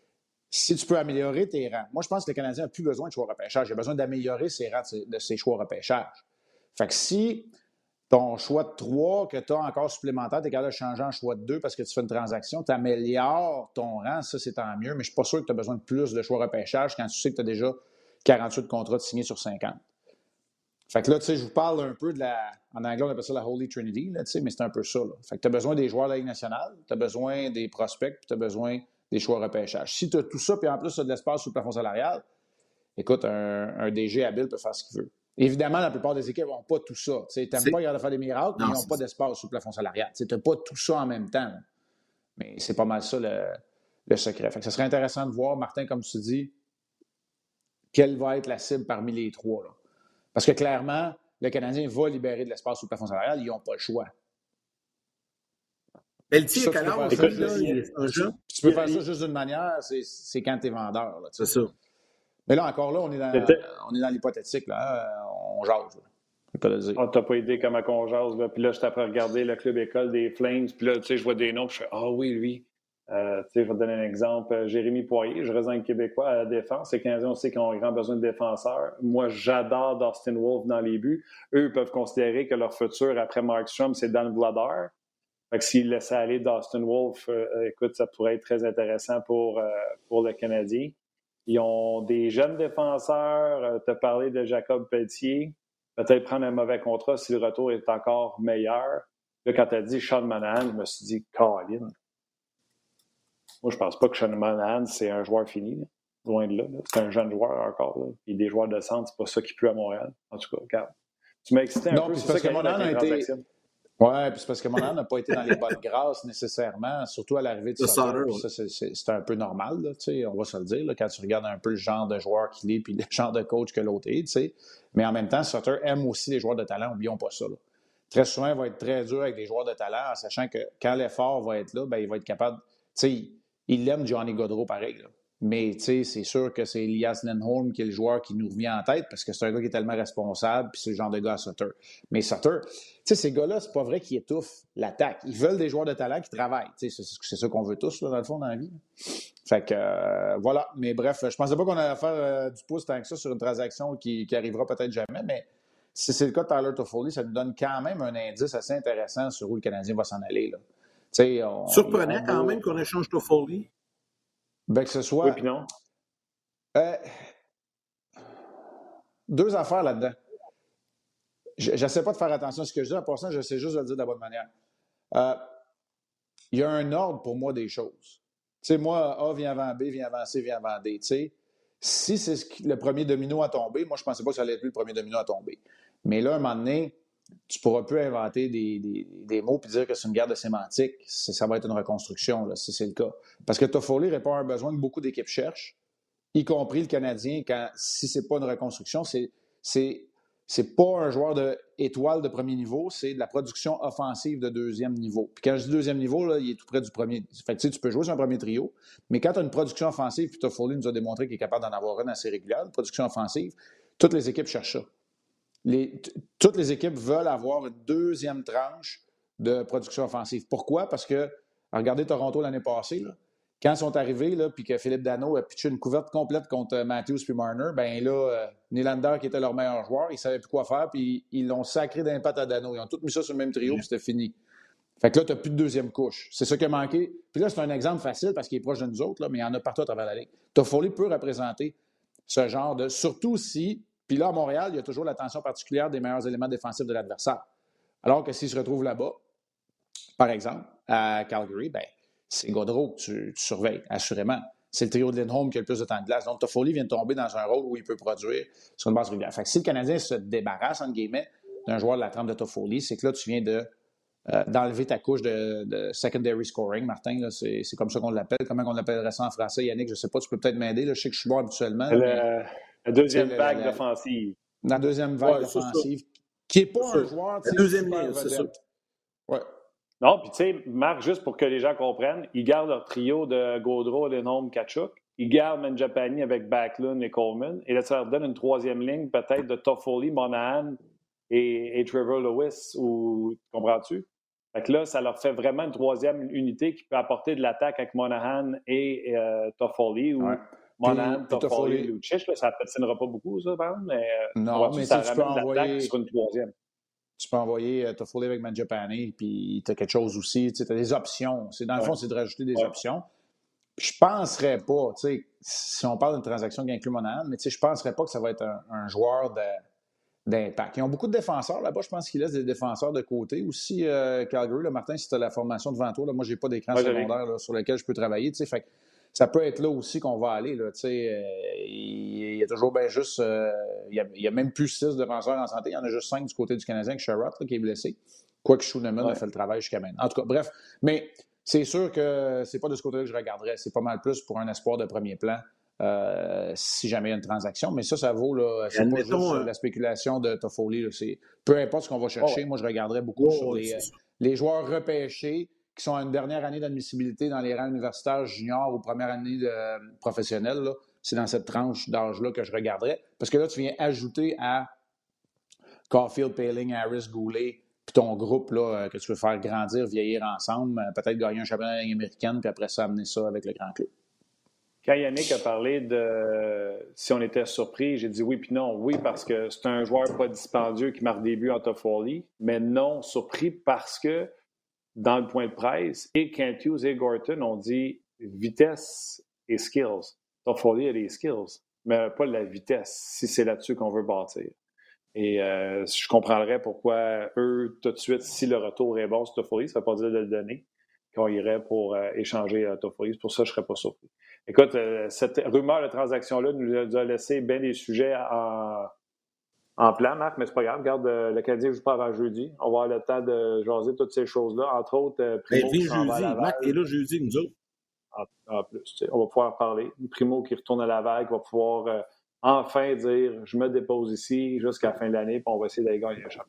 si tu peux améliorer tes rangs. Moi, je pense que le Canadien n'a plus besoin de choix repêchage. Il a besoin d'améliorer ses rangs de ses choix repêchage. Fait que si ton choix de 3 que tu as encore supplémentaire, tu es capable de changer en choix de 2 parce que tu fais une transaction, tu améliores ton rang, ça, c'est tant mieux. Mais je ne suis pas sûr que tu as besoin de plus de choix repêchage quand tu sais que tu as déjà 48 contrats de signés sur 50. Fait que là, tu sais, je vous parle un peu de la... En anglais, on appelle ça la Holy Trinity, là, tu sais, mais c'est un peu ça. Là. Fait que tu as besoin des joueurs de la Ligue nationale, tu as besoin des prospects, puis tu as besoin des choix repêchage. Si tu as tout ça, puis en plus, tu as de l'espace sous le plafond salarial, écoute, un DG habile peut faire ce qu'il veut. Évidemment, la plupart des équipes n'ont pas tout ça. Tu n'aimes pas regarder faire des miracles, mais ils n'ont pas d'espace sous le plafond salarial. Tu n'as pas tout ça en même temps. Là. Mais c'est pas mal ça le secret. Fait que ça serait intéressant de voir, Martin, comme tu dis, quelle va être la cible parmi les trois. Là. Parce que clairement, le Canadien va libérer de l'espace sous le plafond salarial. Ils n'ont pas le choix. Pelletier est quel âge? Tu peux faire ça juste d'une manière, c'est quand tu es vendeur. Là, c'est ça. Mais là, encore là, on est dans l'hypothétique. Là. On jase. On t'a pas aidé comme à qu'on jase. Là. Puis là, je t'apprends à regarder le club école des Flames. Puis là, tu sais, je vois des noms. Puis je fais, ah oui, lui. Tu sais, je vais te donner un exemple. Jérémy Poirier, je reste un Québécois à la défense. Les Canadiens, on sait qu'ils ont grand besoin de défenseurs. Moi, j'adore Dustin Wolf dans les buts. Eux peuvent considérer que leur futur après Markstrom, c'est Dan Vladar. Fait que s'ils laissaient aller Dustin Wolf, écoute, ça pourrait être très intéressant pour le Canadien. Ils ont des jeunes défenseurs. Tu as parlé de Jacob Pelletier. Peut-être prendre un mauvais contrat si le retour est encore meilleur. Là, quand tu as dit Sean Monahan, je me suis dit, Colin. Moi, je pense pas que Sean Monahan, c'est un joueur fini. Là. Loin de là. C'est un jeune joueur encore. Là. Puis des joueurs de centre, c'est pas ça qui pue à Montréal. En tout cas, regarde. Tu m'as excité un peu. C'est parce que Monahan a été... Oui, puis c'est parce que Monahan n'a pas été dans les bonnes grâces nécessairement, surtout à l'arrivée de Sutter. Ça, c'est un peu normal, là, on va se le dire, là, quand tu regardes un peu le genre de joueur qu'il est puis le genre de coach que l'autre est. T'sais. Mais en même temps, Sutter aime aussi les joueurs de talent, n'oublions pas ça. Là. Très souvent, il va être très dur avec les joueurs de talent en sachant que quand l'effort va être là, ben, il va être capable... Il aime Johnny Gaudreau pareil, là. Mais c'est sûr que c'est Elias Lindholm qui est le joueur qui nous revient en tête parce que c'est un gars qui est tellement responsable puis c'est le genre de gars à Sutter. Mais Sutter, ces gars-là, c'est pas vrai qu'ils étouffent l'attaque. Ils veulent des joueurs de talent qui travaillent. C'est ça qu'on veut tous, là, dans le fond, dans la vie. Fait que, voilà. Mais bref, je pensais pas qu'on allait faire du pouce tant que ça sur une transaction qui arrivera peut-être jamais, mais si c'est le cas de Tyler Toffoli, ça nous donne quand même un indice assez intéressant sur où le Canadien va s'en aller. Là. Surprenant quand même qu'on échange Toffoli. Ben, que ce soit... Oui, puis non. Deux affaires là-dedans. J'essaie pas de faire attention à ce que je dis. En passant, j'essaie juste de le dire de la bonne manière. Il y a un ordre pour moi des choses. Tu sais, moi, A vient avant B, vient avant C, vient avant D. Tu sais, si c'est le premier domino à tomber, moi, je pensais pas que ça allait être lui le premier domino à tomber. Mais là, à un moment donné, tu pourras plus inventer des mots et dire que c'est une guerre de sémantique. Ça va être une reconstruction, là, si c'est le cas. Parce que Toffoli répond à un besoin que beaucoup d'équipes cherchent, y compris le Canadien, si c'est pas une reconstruction, c'est pas un joueur d'étoile de premier niveau, c'est de la production offensive de deuxième niveau. Puis quand je dis deuxième niveau, là, il est tout près du premier. Fait que tu peux jouer sur un premier trio, mais quand tu as une production offensive, puis Toffoli nous a démontré qu'il est capable d'en avoir une assez régulière, une production offensive, toutes les équipes cherchent ça. Toutes les équipes veulent avoir une deuxième tranche de production offensive. Pourquoi? Parce que, regardez Toronto l'année passée, là, quand ils sont arrivés, puis que Philippe Danault a pitché une couverte complète contre Matthews puis Marner, bien là, Nylander, qui était leur meilleur joueur, ils ne savaient plus quoi faire, puis ils l'ont sacré d'impact à Danault. Ils ont tous mis ça sur le même trio, puis c'était fini. Fait que là, tu n'as plus de deuxième couche. C'est ça qui a manqué. Puis là, c'est un exemple facile parce qu'il est proche de nous autres, là, mais il y en a partout à travers la Ligue. Toffoli peut représenter ce genre de... Surtout si... Puis là, à Montréal, il y a toujours l'attention particulière des meilleurs éléments défensifs de l'adversaire. Alors que s'il se retrouve là-bas, par exemple, à Calgary, bien, c'est Gaudreau que tu surveilles, assurément. C'est le trio de Lindholm qui a le plus de temps de glace. Donc, Toffoli vient de tomber dans un rôle où il peut produire sur une base régulière. Fait que si le Canadien se débarrasse, entre guillemets, d'un joueur de la trempe de Toffoli, c'est que là, tu viens d'enlever ta couche de secondary scoring, Martin. Là, c'est comme ça qu'on l'appelle. Comment on l'appellerait ça en français, Yannick? Je ne sais pas, tu peux peut-être m'aider. Là. Je sais que je suis bon habituellement. La deuxième vague d'offensive. La deuxième vague d'offensive, qui n'est pas un joueur... La deuxième ligne, c'est ça. Ouais. Non, puis tu sais, Marc, juste pour que les gens comprennent, ils gardent leur trio de Gaudreau, Lindholm, Tkachuk. Ils gardent Mangiapane avec Backlund et Coleman. Et là, ça leur donne une troisième ligne, peut-être de Toffoli, Monahan et Trevor Lewis. Comprends-tu? Fait que là, ça leur fait vraiment une troisième unité qui peut apporter de l'attaque avec Monahan et Toffoli ou Monahan, Toffoli, Lucic. Ça ne patinera pas beaucoup, ça, par exemple, mais non, mais ça tu peux ramène de l'attaque envoyer... sur une troisième. Tu peux envoyer Toffoli avec Mangiapane, puis tu as quelque chose aussi. Tu as des options. Dans le fond, c'est de rajouter des options. Je ne penserais pas, si on parle d'une transaction qui inclut Monahan, mais je ne penserais pas que ça va être un joueur d'impact. Ils ont beaucoup de défenseurs là-bas. Je pense qu'ils laissent des défenseurs de côté. Aussi, Calgary, là, Martin, si tu as la formation devant toi, là, moi, je n'ai pas d'écran secondaire là, sur lequel je peux travailler. Fait, ça peut être là aussi qu'on va aller. Là, il y a toujours bien juste... il y a même plus 6 défenseurs en santé. Il y en a juste 5 du côté du Canadien avec Sherratt qui est blessé. Quoique Schooneman a fait le travail jusqu'à maintenant. En tout cas, bref. Mais c'est sûr que c'est pas de ce côté-là que je regarderais. C'est pas mal plus pour un espoir de premier plan. Si jamais il y a une transaction. Mais ça vaut, là, c'est pas juste la spéculation de Toffoli. Là, peu importe ce qu'on va chercher, moi, je regarderais beaucoup sur les joueurs repêchés qui sont à une dernière année d'admissibilité dans les rangs universitaires juniors ou première année professionnelle. Là. C'est dans cette tranche d'âge-là que je regarderais. Parce que là, tu viens ajouter à Caulfield, Poehling, Harris, Goulet, puis ton groupe là, que tu veux faire grandir, vieillir ensemble, peut-être gagner un championnat de la Ligue américaine, puis après ça, amener ça avec le grand club. Quand Yannick a parlé de si on était surpris, j'ai dit oui puis non. Oui, parce que c'est un joueur pas dispendieux qui marque des buts en Toffoli, mais non surpris parce que dans le point de presse, et Kent Hughes et Gorton ont dit vitesse et skills. Toffoli a des skills, mais pas la vitesse, si c'est là-dessus qu'on veut bâtir. Et je comprendrais pourquoi eux, tout de suite, si le retour est bon sur Toffoli, ça ne veut pas dire de le donner, qu'on irait pour échanger Toffoli. Pour ça, je ne serais pas surpris. Écoute, cette rumeur de transaction-là nous a laissé bien des sujets en plan, Marc, mais c'est pas grave. Regarde, le Canadien ne joue pas avant jeudi. On va avoir le temps de jaser toutes ces choses-là. Entre autres, Primo qui s'en va à Laval. Marc est là jeudi, nous autres. En plus, on va pouvoir parler. Primo qui retourne à Laval, qui va pouvoir enfin dire « Je me dépose ici jusqu'à la fin de l'année, puis on va essayer d'aller gagner le championnat. »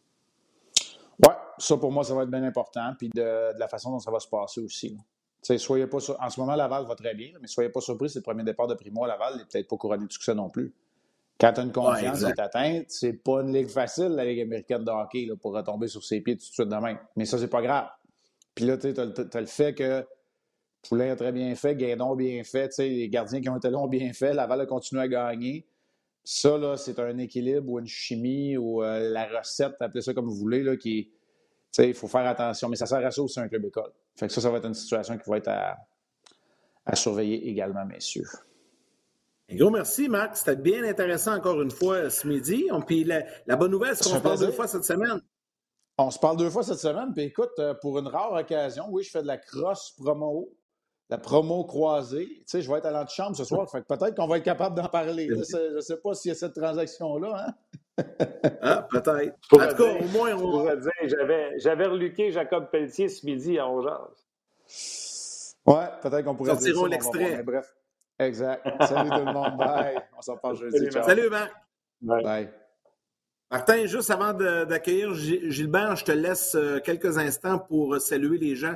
Oui, ça pour moi, ça va être bien important, puis de la façon dont ça va se passer aussi. Soyez pas en ce moment, Laval va très bien, mais soyez pas surpris si le premier départ de Primo à Laval n'est peut-être pas couronné de succès non plus. Quand tu as une confiance qui est atteinte, c'est pas une ligue facile, la Ligue américaine de hockey, là, pour retomber sur ses pieds tout de suite demain. Mais ça, c'est pas grave. Puis là, tu as le fait que Poulin a très bien fait, Guédon a bien fait, les gardiens qui ont été là ont bien fait, Laval a continué à gagner. Ça, là, c'est un équilibre ou une chimie ou la recette, appelez ça comme vous voulez, là, qui il faut faire attention. Mais ça sert à ça aussi un club école. Fait que ça va être une situation qui va être à surveiller également, messieurs. Un gros merci, Marc. C'était bien intéressant encore une fois ce midi. Puis la bonne nouvelle, c'est qu'on se parle 2 fois cette semaine. On se parle 2 fois cette semaine. Puis écoute, pour une rare occasion, oui, je fais de la cross promo, la promo croisée. Je vais être à l'antichambre ce soir. Fait que peut-être qu'on va être capable d'en parler. Je ne sais pas s'il y a cette transaction-là. Hein? Ah, peut-être. En tout cas, au moins, on va dire, j'avais reluqué Jacob Pelletier ce midi à 11h. Ouais, peut-être qu'on pourrait sortirons l'extrait. Mais bref. Exact. Salut tout le monde. Bye. On s'en parle jeudi. Salut, Marc. Bye. Martin, juste avant d'accueillir Gilbert, je te laisse quelques instants pour saluer les gens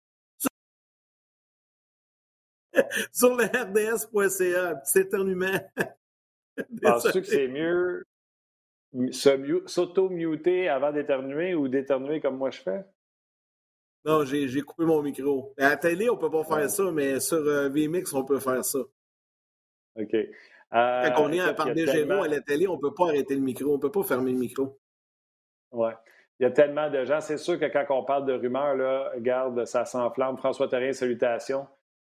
sur le RDS.ca. Petit éternuement. Penses-tu que c'est mieux s'auto-muter avant d'éternuer ou d'éternuer comme moi je fais? Non, j'ai coupé mon micro. À la télé, on ne peut pas faire ça, mais sur VMix, on peut faire ça. OK. Quand on est par Bégéro à la télé, on ne peut pas arrêter le micro. On ne peut pas fermer le micro. Oui. Il y a tellement de gens. C'est sûr que quand on parle de rumeurs, là, regarde, ça s'enflamme. François Therrien, salutations.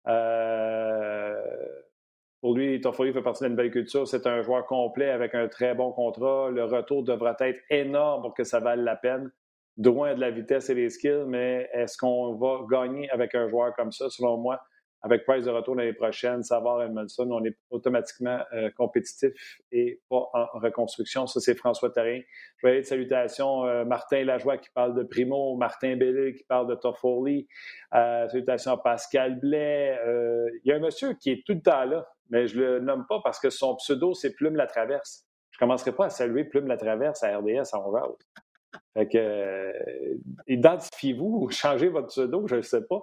Pour lui, Toffoli fait partie d'une belle culture. C'est un joueur complet avec un très bon contrat. Le retour devra être énorme pour que ça vaille la peine. Drouin a de la vitesse et des skills, mais est-ce qu'on va gagner avec un joueur comme ça? Selon moi, avec Price de retour l'année prochaine, Savard et Edmondson, on est automatiquement compétitif et pas en reconstruction. Ça, c'est François Therrien. Je vais aller de salutations Martin Lajoie qui parle de Primo, Martin Bellil qui parle de Toffoli, salutations à Pascal Blais. Il y a un monsieur qui est tout le temps là, mais je le nomme pas parce que son pseudo, c'est Plume Latraverse. Je ne commencerai pas à saluer Plume Latraverse à RDS en rase. Fait que, identifiez-vous ou changez votre pseudo, je ne sais pas.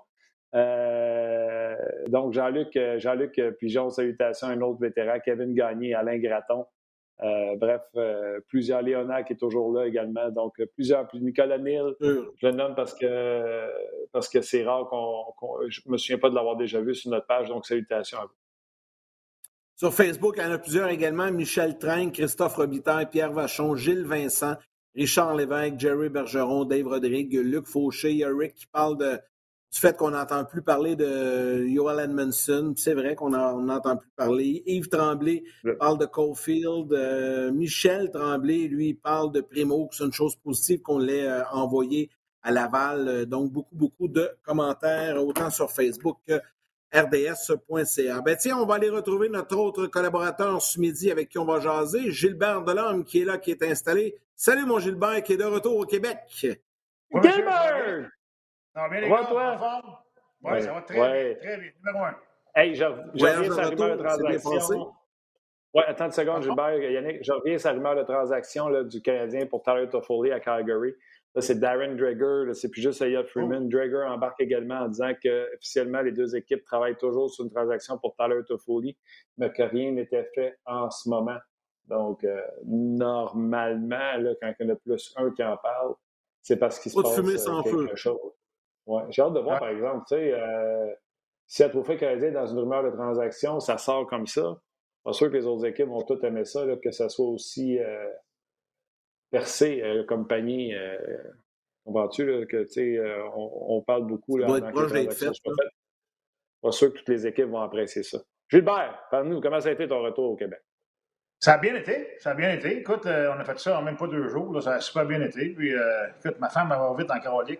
Donc, Jean-Luc Pigeon, salutations à un autre vétéran, Kevin Gagné, Alain Gratton. Bref, plusieurs Léonard qui est toujours là également. Donc, plusieurs. Nicolas Neal, je le nomme parce que c'est rare je ne me souviens pas de l'avoir déjà vu sur notre page. Donc, salutations à vous. Sur Facebook, il y en a plusieurs également. Michel Train, Christophe Robitaille, Pierre Vachon, Gilles Vincent, Richard Lévesque, Jerry Bergeron, Dave Rodrigue, Luc Fauché. Il y a Rick qui parle du fait qu'on n'entend plus parler de Joel Edmondson. C'est vrai qu'on n'entend plus parler. Yves Tremblay parle de Caulfield. Michel Tremblay, lui, parle de Primo, que c'est une chose positive qu'on l'ait envoyé à Laval. Donc, beaucoup de commentaires, autant sur Facebook que rds.ca. Ben tiens, on va aller retrouver notre autre collaborateur ce midi avec qui on va jaser, Gilbert Delorme, qui est là, qui est installé. Salut, mon Gilbert, qui est de retour au Québec. Oui, Gilbert! Ça va bien, les gars? En forme? Oui, ça va très bien, très bien. Numéro 1. Hey, je reviens sur la rumeur de transaction. Oui, attends une seconde, Gilbert. Yannick, je reviens sur la rumeur de transaction là, du Canadien pour Tyler Toffoli à Calgary. Là, c'est Darren Dreger, c'est plus juste Elliott Freeman. Dreger embarque également en disant qu'officiellement, les deux équipes travaillent toujours sur une transaction pour Tyler Toffoli, mais que rien n'était fait en ce moment. Donc, normalement, là, quand il y en a plus un qui en parle, c'est parce qu'il se passe quelque chose. Ouais. J'ai hâte de voir, par exemple, tu sais, si la Trophée canadien est dans une rumeur de transaction, ça sort comme ça. Pas sûr que les autres équipes vont toutes aimer ça, là, que ça soit aussi percé comme panier. Comprends-tu là, que, tu sais, on parle beaucoup là, dans les transactions. Pas sûr que toutes les équipes vont apprécier ça. Gilbert, parle-nous, comment ça a été ton retour au Québec? Ça a bien été. Écoute, on a fait ça en même pas 2 jours. Là, ça a super bien été. Puis, écoute, ma femme va vite en chronique.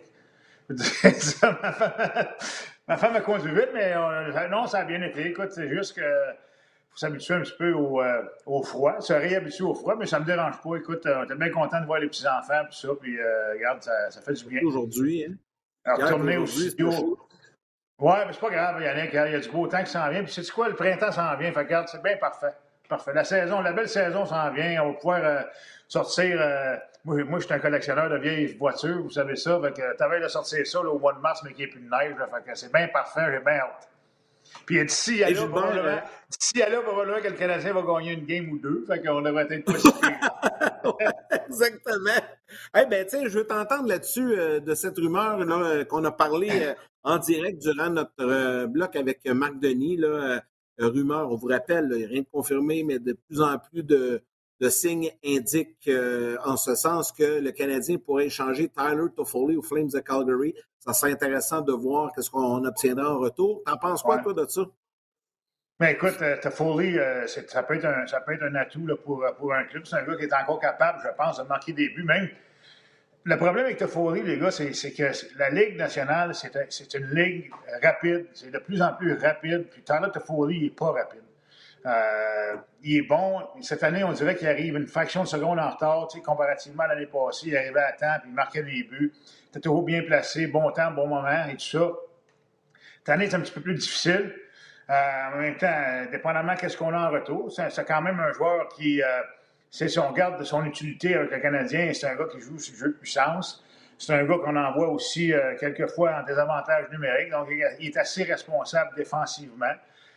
Ma femme a conduit vite, mais non, ça a bien été. Écoute, c'est juste que faut s'habituer un petit peu au froid, se réhabituer au froid, mais ça me dérange pas. Écoute, on était bien content de voir les petits-enfants et tout ça, puis regarde, ça fait du bien. Aujourd'hui, hein? Alors, retourner au studio. Ouais, mais c'est pas grave, Yannick, il y a du beau temps qui s'en vient, puis sais-tu quoi, le printemps s'en vient, fait que regarde, c'est bien parfait. Parfait. La belle saison s'en vient, on va pouvoir sortir... Moi, je suis un collectionneur de vieilles voitures, vous savez ça. Fait que t'avais de sortir ça là, au mois de mars, mais qu'il n'y ait plus de neige. Là, fait que c'est bien parfait, j'ai bien hâte. Puis d'ici à là, probablement que le Canadien va gagner une game ou 2. Fait qu'on devrait être possible. Exactement. Eh bien, tiens, je veux t'entendre là-dessus de cette rumeur là, qu'on a parlé en direct durant notre bloc avec Marc Denis. Là, rumeur, on vous rappelle, là, rien de confirmé, mais de plus en plus de signes indiquent en ce sens que le Canadien pourrait échanger Tyler Toffoli aux Flames de Calgary. Ça serait intéressant de voir ce qu'on obtiendra en retour. T'en penses quoi, toi, de ça? Ben écoute, Toffoli, ça peut être un atout là, pour un club. C'est un gars qui est encore capable, je pense, de marquer des buts. Même, le problème avec Toffoli, les gars, c'est que la Ligue nationale, c'est une ligue rapide. C'est de plus en plus rapide. Puis Tyler Toffoli, il n'est pas rapide. Il est bon. Cette année, on dirait qu'il arrive une fraction de seconde en retard. Comparativement à l'année passée, il arrivait à temps puis il marquait des buts. Il était toujours bien placé, bon temps, bon moment et tout ça. Cette année, c'est un petit peu plus difficile. En même temps, dépendamment de ce qu'on a en retour, c'est quand même un joueur qui, si on regarde de son utilité avec le Canadien, c'est un gars qui joue sur le jeu de puissance. C'est un gars qu'on envoie aussi quelquefois en désavantage numérique. Donc, il est assez responsable défensivement.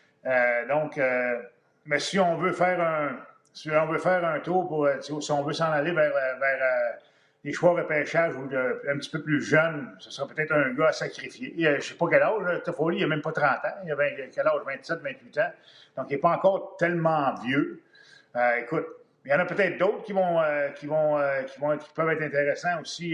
Mais si on veut faire un tour si on veut s'en aller vers des choix repêchage ou un petit peu plus jeune, ce sera peut-être un gars à sacrifier. Je ne sais pas quel âge, Toffoli, il n'a même pas 30 ans. Il a quel âge? 27, 28 ans. Donc, il n'est pas encore tellement vieux. Écoute, il y en a peut-être d'autres qui peuvent être intéressants aussi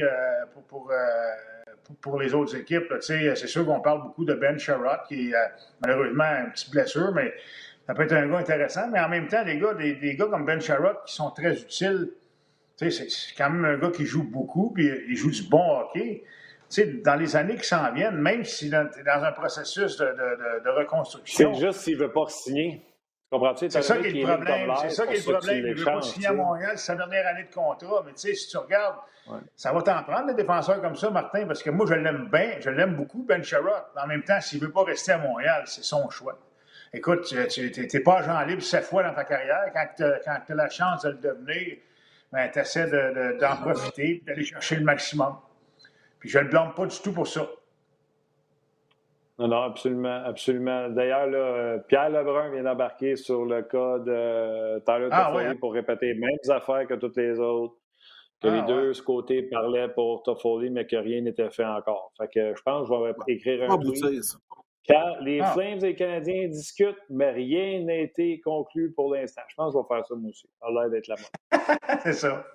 pour les autres équipes. C'est sûr qu'on parle beaucoup de Ben Sherratt, qui est malheureusement une petite blessure, mais ça peut être un gars intéressant. Mais en même temps, des gars comme Ben Sherratt qui sont très utiles. C'est quand même un gars qui joue beaucoup, puis il joue du bon hockey. Dans les années qui s'en viennent, même si tu es dans un processus de reconstruction. C'est juste s'il ne veut pas signer. Comprends-tu? C'est ça qui est le problème. Il ne veut pas signer à Montréal, c'est sa dernière année de contrat. Mais si tu regardes, ça va t'en prendre, des défenseurs comme ça, Martin, parce que moi, je l'aime bien, je l'aime beaucoup, Ben Sherratt. En même temps, s'il ne veut pas rester à Montréal, c'est son choix. Écoute, tu n'es pas agent libre 7 fois dans ta carrière. Quand tu as la chance de le devenir, ben, tu essaies d'en profiter et d'aller chercher le maximum. Puis je ne le blâme pas du tout pour ça. Non, absolument, absolument. D'ailleurs, là, Pierre Lebrun vient d'embarquer sur le cas de Tyler Toffoli pour répéter les mêmes affaires que toutes les autres, que les deux côtés parlaient pour Toffoli, mais que rien n'était fait encore. Fait que je pense que je vais écrire un tweet. Quand les Flames et les Canadiens discutent, mais rien n'a été conclu pour l'instant. Je pense que je vais faire ça moi aussi. Ça a l'air d'être la mode. C'est ça.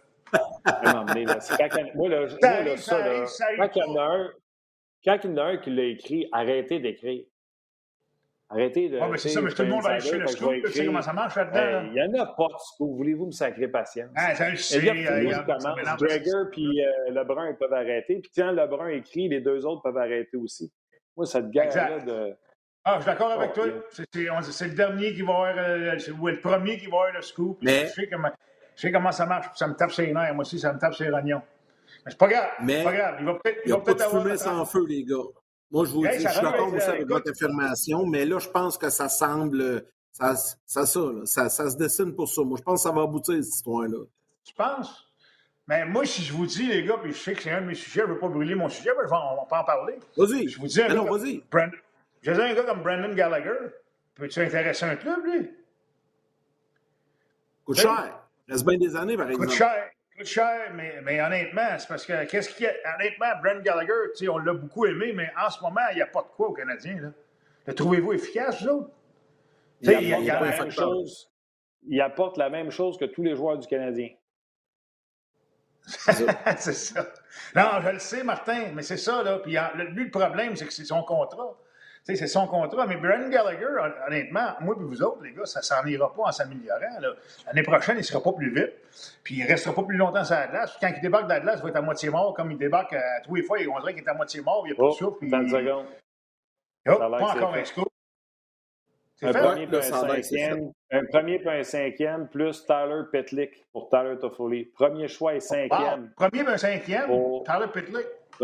Quand il y en a un qui l'a écrit, arrêtez d'écrire. Arrêtez de. Mais c'est ça, mais tout le monde va aller chercher le scoop. Tu sais comment ça marche là-dedans? Il n'y en a pas de scoop. Voulez-vous me sacrer patience? Ça le sait. Gregor puis Lebrun, ils peuvent arrêter. Puis quand Lebrun écrit, les deux autres peuvent arrêter aussi. Moi, cette guerre-là de. Je suis d'accord avec toi. C'est le dernier qui va avoir, ou le premier qui va avoir le scoop. Mais... Je sais comment ça marche. Ça me tape ses nerfs. Moi aussi, ça me tape ses rognons. Mais c'est pas grave. Mais pas grave. Il va peut-être avoir fumée sans feu, les gars. Moi, je vous dis, je suis d'accord aussi avec votre affirmation, mais là, je pense que ça semble... Ça se dessine pour ça. Moi, je pense que ça va aboutir, cette histoire-là. Tu penses? Mais moi, si je vous dis, les gars, puis je sais que c'est un de mes sujets, je ne veux pas brûler mon sujet, mais on va pas en parler. Vas-y. Je vous dis vas-y. Je dis un gars comme Brendan Gallagher. Peux-tu intéresser un club, lui? Coûte cher. Il reste bien des années, par exemple. Coûte cher, mais honnêtement, c'est parce que honnêtement, Brendan Gallagher, on l'a beaucoup aimé, mais en ce moment, il n'y a pas de quoi aux Canadiens. Là. Le trouvez-vous efficace, vous autres? Il apporte la même chose que tous les joueurs du Canadien. C'est ça. Non, je le sais, Martin, mais c'est ça, là. Puis lui, le problème, c'est que c'est son contrat. Tu sais, c'est son contrat. Mais Brendan Gallagher, honnêtement, moi et vous autres, les gars, ça s'en ira pas en s'améliorant. L'année prochaine, il ne sera pas plus vite. Puis il ne restera pas plus longtemps sur la glace. Quand il débarque de la glace, il va être à moitié mort. Comme il débarque à tous les fois, on dirait qu'il est à moitié mort. Il n'y a pas de souffle. 30 secondes. Pas encore un scoop. Un premier et un cinquième, plus Tyler Pitlick pour Tyler Toffoli. Premier choix et cinquième. Premier et un cinquième, Tyler Pitlick.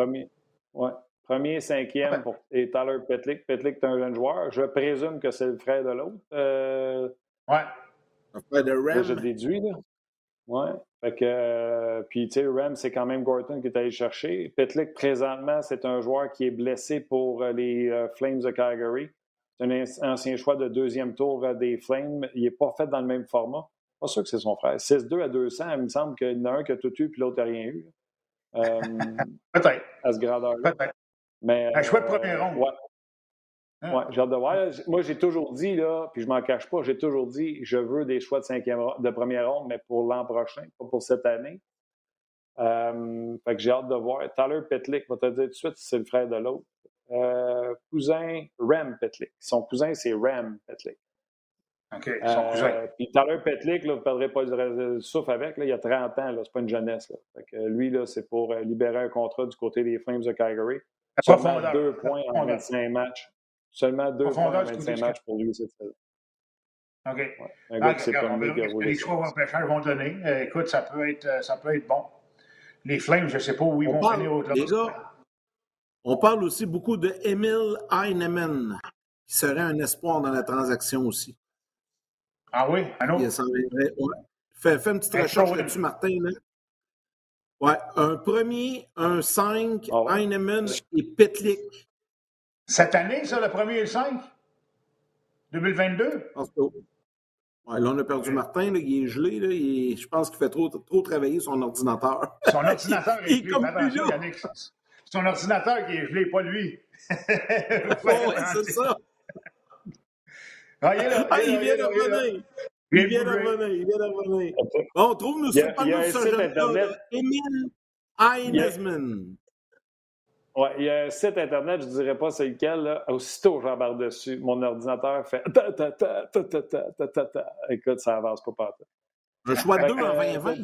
Premier et cinquième pour Tyler Pitlick. Pitlick est un jeune joueur. Je présume que c'est le frère de l'autre. Le frère de Rem. Je déduis, là. Ouais. Fait que, puis, tu sais, Rem, c'est quand même Gorton qui est allé chercher. Pitlick, présentement, c'est un joueur qui est blessé pour les Flames de Calgary. C'est un ancien choix de deuxième tour des Flames. Il n'est pas fait dans le même format. Pas sûr que c'est son frère. 6-2 à 200, il me semble qu'il y en a un qui a tout eu puis l'autre n'a rien eu. Peut-être. À ce grandeur-là. Peut-être. Mais, un choix de première ronde. Ouais, j'ai hâte de voir. Moi, j'ai toujours dit, là, puis je m'en cache pas, j'ai toujours dit, je veux des choix de première ronde, mais pour l'an prochain, pas pour cette année. Fait que j'ai hâte de voir. Tyler Pitlick, va te dire tout de suite si c'est le frère de l'autre. Cousin Rem Pitlick. Son cousin, c'est Rem Pitlick. OK, son cousin. Puis Tyler Pitlick, là, vous ne perdrez pas le souffle avec, là, il y a 30 ans, c'est pas une jeunesse. Là. Fait que lui, là, c'est pour libérer un contrat du côté des Flames de Calgary. Seulement 2 points en 25 matchs. Seulement 2 points en 25 matchs pour lui cette saison. OK. Ouais, un gars qui s'est promené qui a roulé. Les choix au pêcheur vont donner. Écoute, ça peut être bon. Les Flames, je ne sais pas où ils vont finir au club. Les gars, on parle aussi beaucoup de Emil Heinemann, qui serait un espoir dans la transaction aussi. Ah oui? Un autre? Fais une petite recherche là-dessus, Martin. Là. Ouais, un premier, un 5, Heinemann et Pitlick. Cette année, ça, le premier et le 5? 2022? Ouais, là, on a perdu Martin, là, il est gelé. Là, je pense qu'il fait trop travailler son ordinateur. Son ordinateur est gelé. Comme son ordinateur qui est gelé, pas lui. C'est ça. Ah, il vient de revenir. Il vient de revenir. Bon, trouve-nous ça. Parle-nous de ce jeune-là, Emil Heinemann. Oui, il y a un site Internet, je ne dirais pas c'est lequel. Là. Aussitôt, j'embarque dessus. Mon ordinateur fait Écoute, ça avance pas partout. Un choix de 2 en 2020.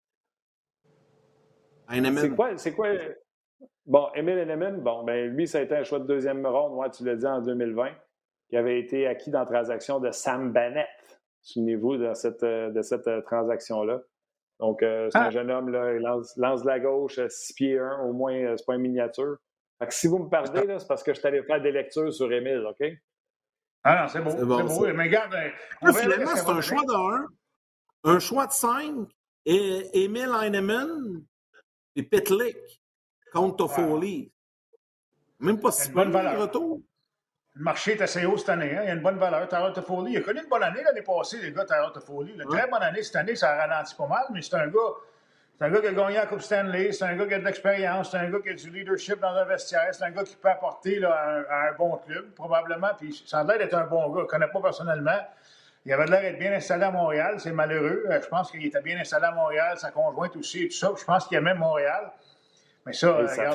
Heinemann. C'est quoi? Bon, Emil Heinemann, lui, ça a été un choix de deuxième ronde, ouais, tu l'as dit, en 2020, qui avait été acquis dans la transaction de Sam Bennett. Souvenez-vous de cette transaction-là. Donc, c'est un jeune homme, là, il lance de la gauche, 6 pieds 1, au moins, c'est pas une miniature. Fait que si vous me perdez, là, c'est parce que je t'allais faire des lectures sur Émile, OK? Ah non, c'est beau. C'est beau. Mais regarde, finalement, c'est un choix de 1, un choix de 5, et Emil Heinemann et Pitlick contre Toffoli. Même pas si bon le retour. Le marché est assez haut cette année. Hein? Il y a une bonne valeur. Tyler Toffoli, il a connu une bonne année l'année passée, les gars, Tyler Toffoli. Une très bonne année cette année, ça a ralenti pas mal, mais c'est un gars qui a gagné la Coupe Stanley, c'est un gars qui a de l'expérience, c'est un gars qui a du leadership dans un vestiaire, c'est un gars qui peut apporter là, à un bon club, probablement. Puis ça a l'air d'être un bon gars. Je ne connais pas personnellement. Il avait l'air d'être bien installé à Montréal. C'est malheureux. Je pense qu'il était bien installé à Montréal, sa conjointe aussi et tout ça. Je pense qu'il aimait Montréal. Mais ça, sa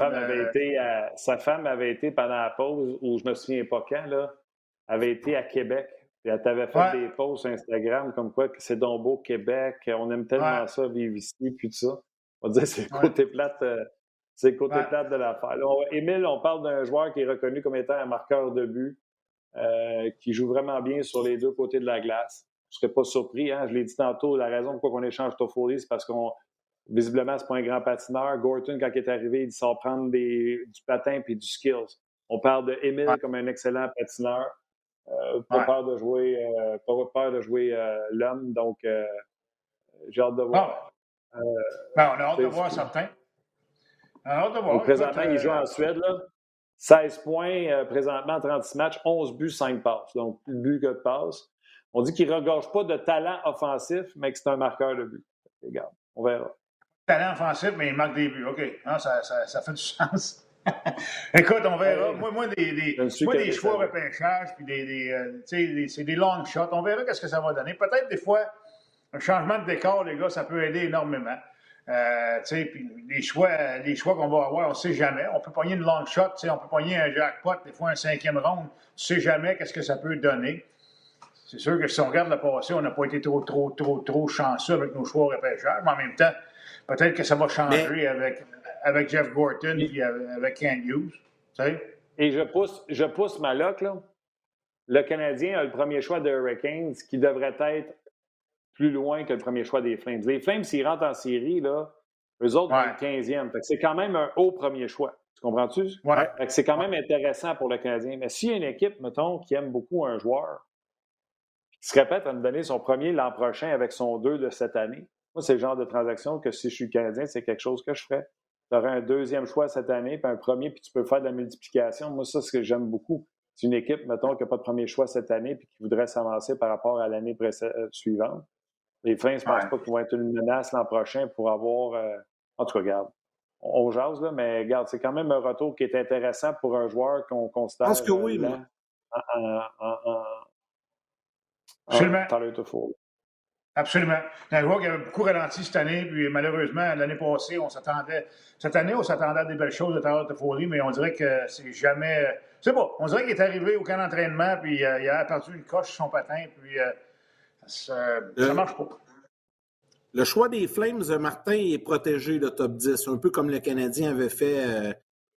femme avait été pendant la pause, où je me souviens pas quand, là, avait été à Québec. Puis elle t'avait fait des posts sur Instagram comme quoi que c'est donc beau Québec, on aime tellement ça vivre ici, puis tout ça. On va dire c'est le côté plate, plate de l'affaire. Émile, on parle d'un joueur qui est reconnu comme étant un marqueur de but, qui joue vraiment bien sur les deux côtés de la glace. Je ne serais pas surpris, hein? Je l'ai dit tantôt, la raison pourquoi on échange Toffoli, c'est parce qu'on visiblement, c'est pas un grand patineur. Gorton, quand il est arrivé, il sort prendre du patin et du skills. On parle de Émile comme un excellent patineur. Pas peur de jouer, l'homme. Donc, j'ai hâte de voir. On a hâte de voir certains. On a hâte de voir. Donc, présentement, il joue en Suède. Là. 16 points, présentement, 36 matchs, 11 buts, 5 passes. Donc, plus de buts que de passes. On dit qu'il ne regorge pas de talent offensif, mais que c'est un marqueur de but. Regarde, on verra. Talent offensif, mais il marque des buts. OK. Non, ça fait du sens. Écoute, on verra. Moi, des choix repêchage, puis c'est des long shots. On verra qu'est-ce que ça va donner. Peut-être des fois, un changement de décor, les gars, ça peut aider énormément. Puis les choix qu'on va avoir, on ne sait jamais. On peut pogner une long shot, on peut pogner un jackpot, des fois un 5e ronde. Tu ne sais jamais qu'est-ce que ça peut donner. C'est sûr que si on regarde le passé, on n'a pas été trop chanceux avec nos choix au repêchage, mais en même temps, peut-être que ça va changer avec Jeff Gorton et avec Ken Hughes. T'sais? Et je pousse ma loc, là. Le Canadien a le premier choix des Hurricanes qui devrait être plus loin que le premier choix des Flames. Les Flames, s'ils rentrent en série, là, eux autres, vont être 15e. Fait que c'est quand même un haut premier choix. Tu comprends-tu? Ouais. Fait que c'est quand même intéressant pour le Canadien. Mais s'il y a une équipe, mettons, qui aime beaucoup un joueur, qui se répète à nous donner son premier l'an prochain avec son 2 de cette année, moi, c'est le genre de transaction que si je suis Canadien, c'est quelque chose que je ferais. Tu aurais un 2e choix cette année, puis un premier, puis tu peux faire de la multiplication. Moi, ça, c'est ce que j'aime beaucoup. C'est une équipe, mettons, qui n'a pas de premier choix cette année, puis qui voudrait s'avancer par rapport à l'année suivante. Les Flames, je ne pense pas qu'ils vont être une menace l'an prochain pour avoir... En tout cas, regarde, on jase, là, mais regarde, c'est quand même un retour qui est intéressant pour un joueur qu'on considère... Je pense que oui, moi. Absolument. Toffoli. Absolument. Un joueur qui avait beaucoup ralenti cette année, puis malheureusement, l'année passée, cette année, on s'attendait à des belles choses de Tyler Toffoli, mais on dirait que c'est jamais... C'est pas, on dirait qu'il est arrivé au camp d'entraînement, puis il a perdu une coche sur son patin, puis ça marche pas. Le choix des Flames, Martin, est protégé, le top 10, un peu comme le Canadien avait fait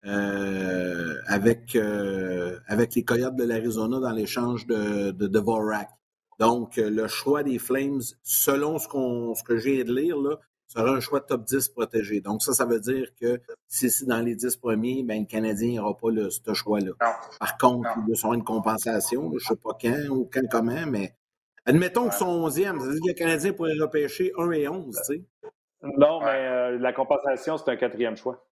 avec les Coyotes de l'Arizona dans l'échange de Dvorak. Donc, le choix des Flames, selon ce que j'ai de lire, là, sera un choix de top 10 protégé. Donc, ça veut dire que si c'est dans les 10 premiers, ben, le Canadien n'aura pas ce choix-là. Par contre, il doit avoir une compensation, je ne sais pas quand ou comment, mais admettons que son 11e, ça veut dire que le Canadien pourrait repêcher 1 et 11, tu sais. Non, mais la compensation, c'est un 4e choix.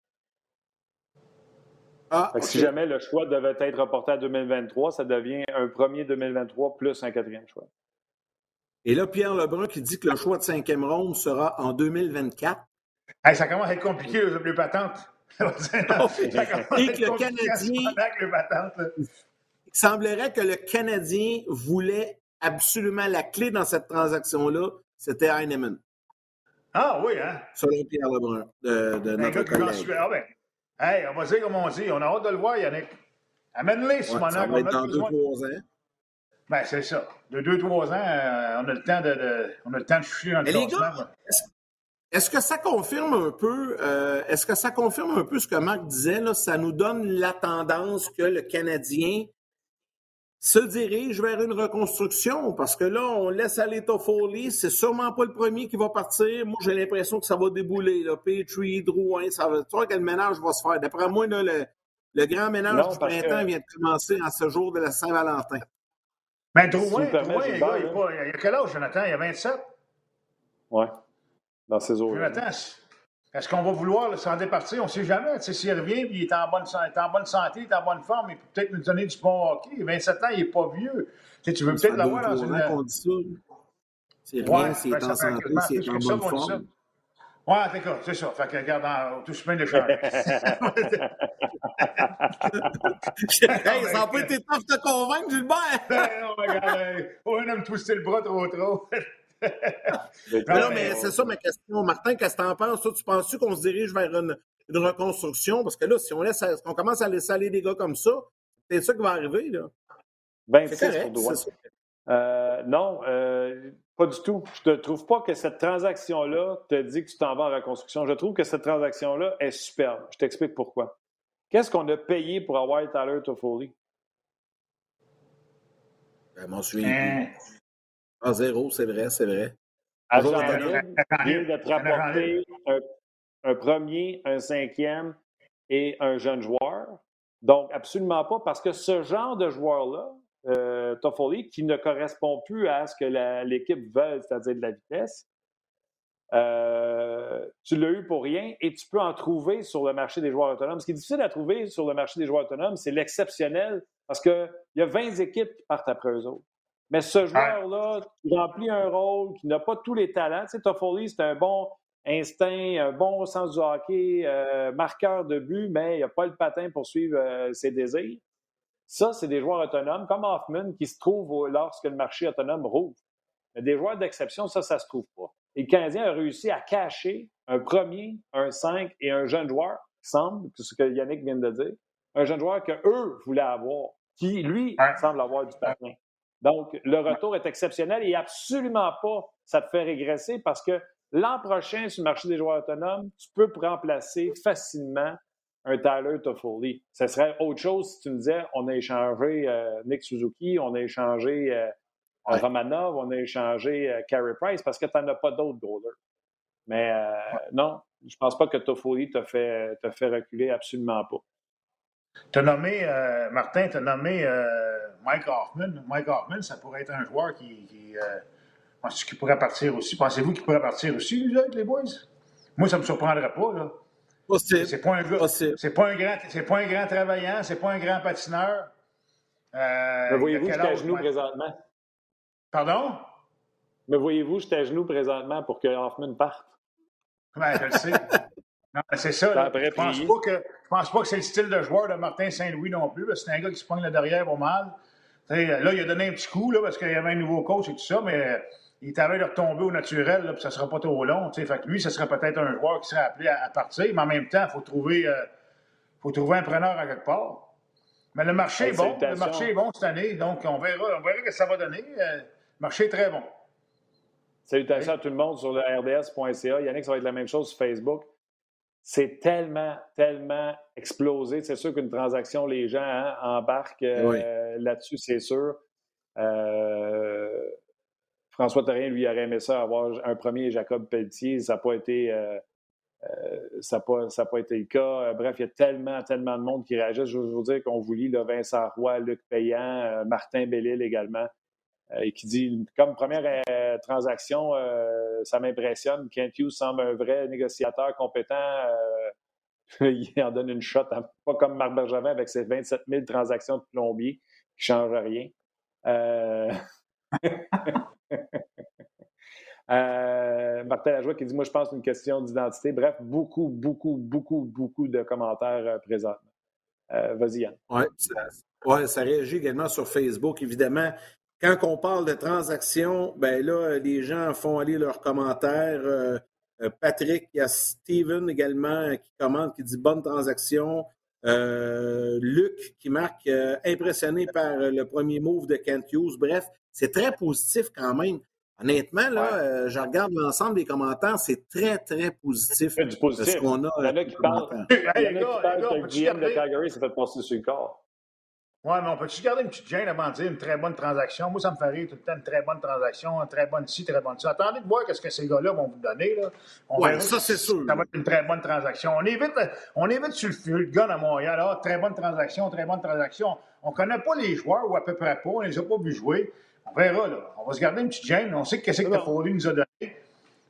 Okay. Si jamais le choix devait être reporté à 2023, ça devient un premier 2023 plus un 4e choix. Et là, Pierre Lebrun qui dit que le choix de 5e ronde sera en 2024. Hey, ça commence à être compliqué, les patentes. Et que le Canadien... Il semblerait que le Canadien voulait absolument la clé dans cette transaction-là, c'était Heinemann. Ah oui, hein? Selon Pierre Lebrun, de notre collègue. Hey, on va dire comme on dit, on a hâte de le voir, Yannick. Amène-les, Simonac. Ça va être dans 2-3 ans. Ben, c'est ça. De 2-3 ans, on a le temps de chucher dans le classement. Est-ce que ça confirme un peu ce que Marc disait, là? Ça nous donne la tendance que le Canadien se dirige vers une reconstruction, parce que là, on laisse aller Toffoli, c'est sûrement pas le premier qui va partir. Moi, j'ai l'impression que ça va débouler, là. Petrie, Drouin, ça va... Tu vois que le ménage va se faire. D'après moi, là, le grand ménage du printemps vient de commencer en ce jour de la Saint-Valentin. Mais Drouin, il a quel âge, Jonathan? Il a 27? Oui, dans ces eaux-là. Jonathan, Est-ce qu'on va vouloir s'en départir? On ne sait jamais. Tu sais, s'il revient et il est en bonne santé, il est en bonne forme, il peut peut-être nous donner du bon hockey. 27 ans, il n'est pas vieux. Tu veux peut-être l'avoir dans une... qu'on dit ça. C'est rien, s'il est en santé, s'il est en bonne forme. Oui, d'accord, c'est ça. Fait que regarde, tout se met de changer. Hey, ça n'a pas été tough de te convaincre, Gilbert! Non, regarde, on aime twister le bras trop. Non, mais c'est ça ma question. Martin, qu'est-ce que tu en penses? Toi, tu penses-tu qu'on se dirige vers une reconstruction? Parce que là, si on commence à laisser aller des gars comme ça, c'est ça qui va arriver, là. 26 pour droit. Non, pas du tout. Je ne trouve pas que cette transaction-là te dit que tu t'en vas en reconstruction. Je trouve que cette transaction-là est superbe. Je t'explique pourquoi. Qu'est-ce qu'on a payé pour avoir Tyler Toffoli? M'en souviens plus. À 0, c'est vrai. À janvier, vient de te rapporter un premier, un cinquième et un jeune joueur. Donc, absolument pas, parce que ce genre de joueur-là, Toffoli, qui ne correspond plus à ce que l'équipe veut, c'est-à-dire de la vitesse, tu l'as eu pour rien et tu peux en trouver sur le marché des joueurs autonomes. Ce qui est difficile à trouver sur le marché des joueurs autonomes, c'est l'exceptionnel, parce qu'il y a 20 équipes qui partent après eux autres. Mais ce joueur-là, qui remplit un rôle, qui n'a pas tous les talents, tu sais, Toffoli, c'est un bon instinct, un bon sens du hockey, marqueur de but, mais il n'a pas le patin pour suivre ses désirs. Ça, c'est des joueurs autonomes, comme Hoffman, qui se trouvent lorsque le marché autonome rouvre. Mais des joueurs d'exception, ça se trouve pas. Et le Canadien a réussi à cacher un premier, un 5 et un jeune joueur, qui semble, c'est ce que Yannick vient de dire, un jeune joueur qu'eux voulaient avoir, qui, lui, semble avoir du patin. Donc, le retour est exceptionnel et absolument pas ça te fait régresser parce que l'an prochain, sur le marché des joueurs autonomes, tu peux remplacer facilement un Tyler Toffoli. Ce serait autre chose si tu me disais on a échangé Nick Suzuki, on a échangé Romanov, on a échangé Carey Price parce que tu n'en as pas d'autres goalers. Mais non, je pense pas que Toffoli t'a fait reculer, absolument pas. Martin, tu as nommé Mike Hoffman. Mike Hoffman, ça pourrait être un joueur qui pourrait partir aussi. Pensez-vous qu'il pourrait partir aussi, lui, avec les boys? Moi, ça ne me surprendrait pas, là. C'est pas un gars. C'est pas un grand travaillant, c'est pas un grand patineur. Me voyez-vous, j'étais à genoux présentement. Pardon? Me voyez-vous, j'étais à genoux présentement pour que Hoffman parte. Ben, je le sais. Non, c'est ça. Je pense pas que c'est le style de joueur de Martin Saint-Louis non plus. C'est un gars qui se pogne le derrière pas mal. Là, il a donné un petit coup là, parce qu'il y avait un nouveau coach et tout ça, mais il est à veille de retomber au naturel, là, puis ça ne sera pas trop long. Fait que lui, ce serait peut-être un joueur qui serait appelé à partir, mais en même temps, il faut trouver un preneur à quelque part. Mais le marché est bon. Le marché est bon cette année, donc on verra ce que ça va donner. Le marché est très bon. Salutations à tout le monde sur le rds.ca. Yannick, ça va être la même chose sur Facebook. C'est tellement, tellement explosé. C'est sûr qu'une transaction, les gens embarquent là-dessus, c'est sûr. François Therrien, lui, aurait aimé ça, avoir un premier Jacob Pelletier. Ça n'a pas été le cas. Bref, il y a tellement, tellement de monde qui réagit. Je veux vous dire qu'on vous lit là, Vincent Roy, Luc Payan, Martin Bellil également, et qui dit, comme première transaction, ça m'impressionne. Kent Hughes semble un vrai négociateur compétent. Il en donne une shot, pas comme Marc Bergevin avec ses 27 000 transactions de plombier qui ne changent rien. Martin Lajoie qui dit « Moi, je pense que c'est une question d'identité. » Bref, beaucoup de commentaires présentement. Vas-y, Yann. Oui, ça réagit également sur Facebook, évidemment. Quand on parle de transactions, ben là, les gens font aller leurs commentaires. Patrick, il y a Steven également qui commente, qui dit « Bonne transaction ». Luc qui marque impressionné par le premier move de Kent Hughes. Bref, c'est très positif quand même. Honnêtement, là, je regarde l'ensemble des commentaires, c'est très, très positif. C'est du positif. Il y en a qui parlent que le GM de Calgary s'est fait passer sur le corps. Oui, mais on peut-tu garder une petite gêne avant de dire une très bonne transaction? Moi, ça me fait rire tout le temps, une très bonne transaction, une très bonne ci, très bonne ça. Attendez de voir ce que ces gars-là vont vous donner. Oui, ça, c'est sûr. Ça va être une très bonne transaction. On évite sur le gun à Montréal. Ah, très bonne transaction, très bonne transaction. On ne connaît pas les joueurs, ou à peu près pas. On ne les a pas vus jouer. On verra, là. On va se garder une petite gêne. On sait qu'est-ce que Toffoli nous a donné.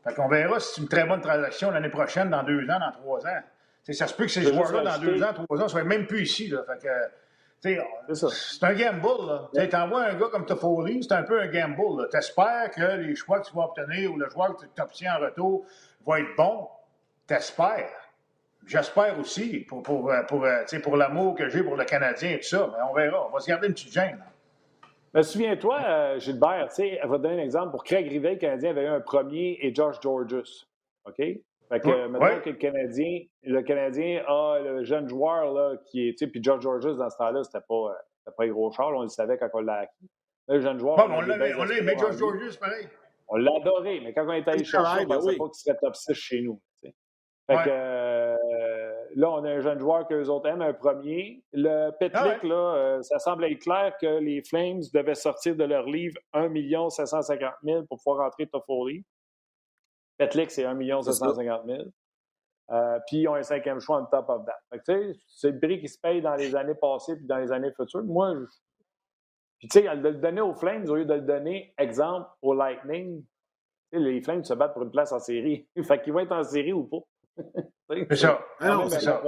Fait qu'on verra si c'est une très bonne transaction l'année prochaine, dans 2 ans, dans 3 ans. T'sais, ça se peut que ces joueurs-là, dans 2 ans, 3 ans, ne soient même plus ici. Là. Fait que, c'est un gamble. Tu envoies un gars comme Toffoli, c'est un peu un gamble. Tu espères que les choix que tu vas obtenir ou le joueur que tu obtiens en retour va être bon. Tu espères. J'espère aussi pour l'amour que j'ai pour le Canadien et tout ça. Mais on verra. On va se garder une petite gêne. Mais souviens-toi, Gilbert, elle va te donner un exemple. Pour Craig Rivet, le Canadien avait eu un premier et Josh Georges. OK? Fait que, mettons que le Canadien a le jeune joueur là, qui est. Puis Josh Georges, dans ce temps-là, c'était pas un gros char. On le savait quand on l'a acquis. Là, le jeune joueur. On l'a aimé, Josh Georges, pareil. On l'a adoré, mais quand on est allé chercher, on ne pensait pas qu'il serait top 6 chez nous. T'sais. Fait que là, on a un jeune joueur qu'eux autres aiment, un premier. Le Petlik, là, ça semble être clair que les Flames devaient sortir de leur livre 1 750 000 pour pouvoir rentrer Toffoli. Petlik, c'est 1 750 000. Puis ils ont un 5e choix on top of that. Fait que, c'est le prix qui se paye dans les années passées puis dans les années futures. Moi, puis tu sais, de le donner aux Flames au lieu de le donner, exemple, au Lightning, les Flames se battent pour une place en série. Fait qu'ils vont être en série ou pas. C'est ça. C'est ça.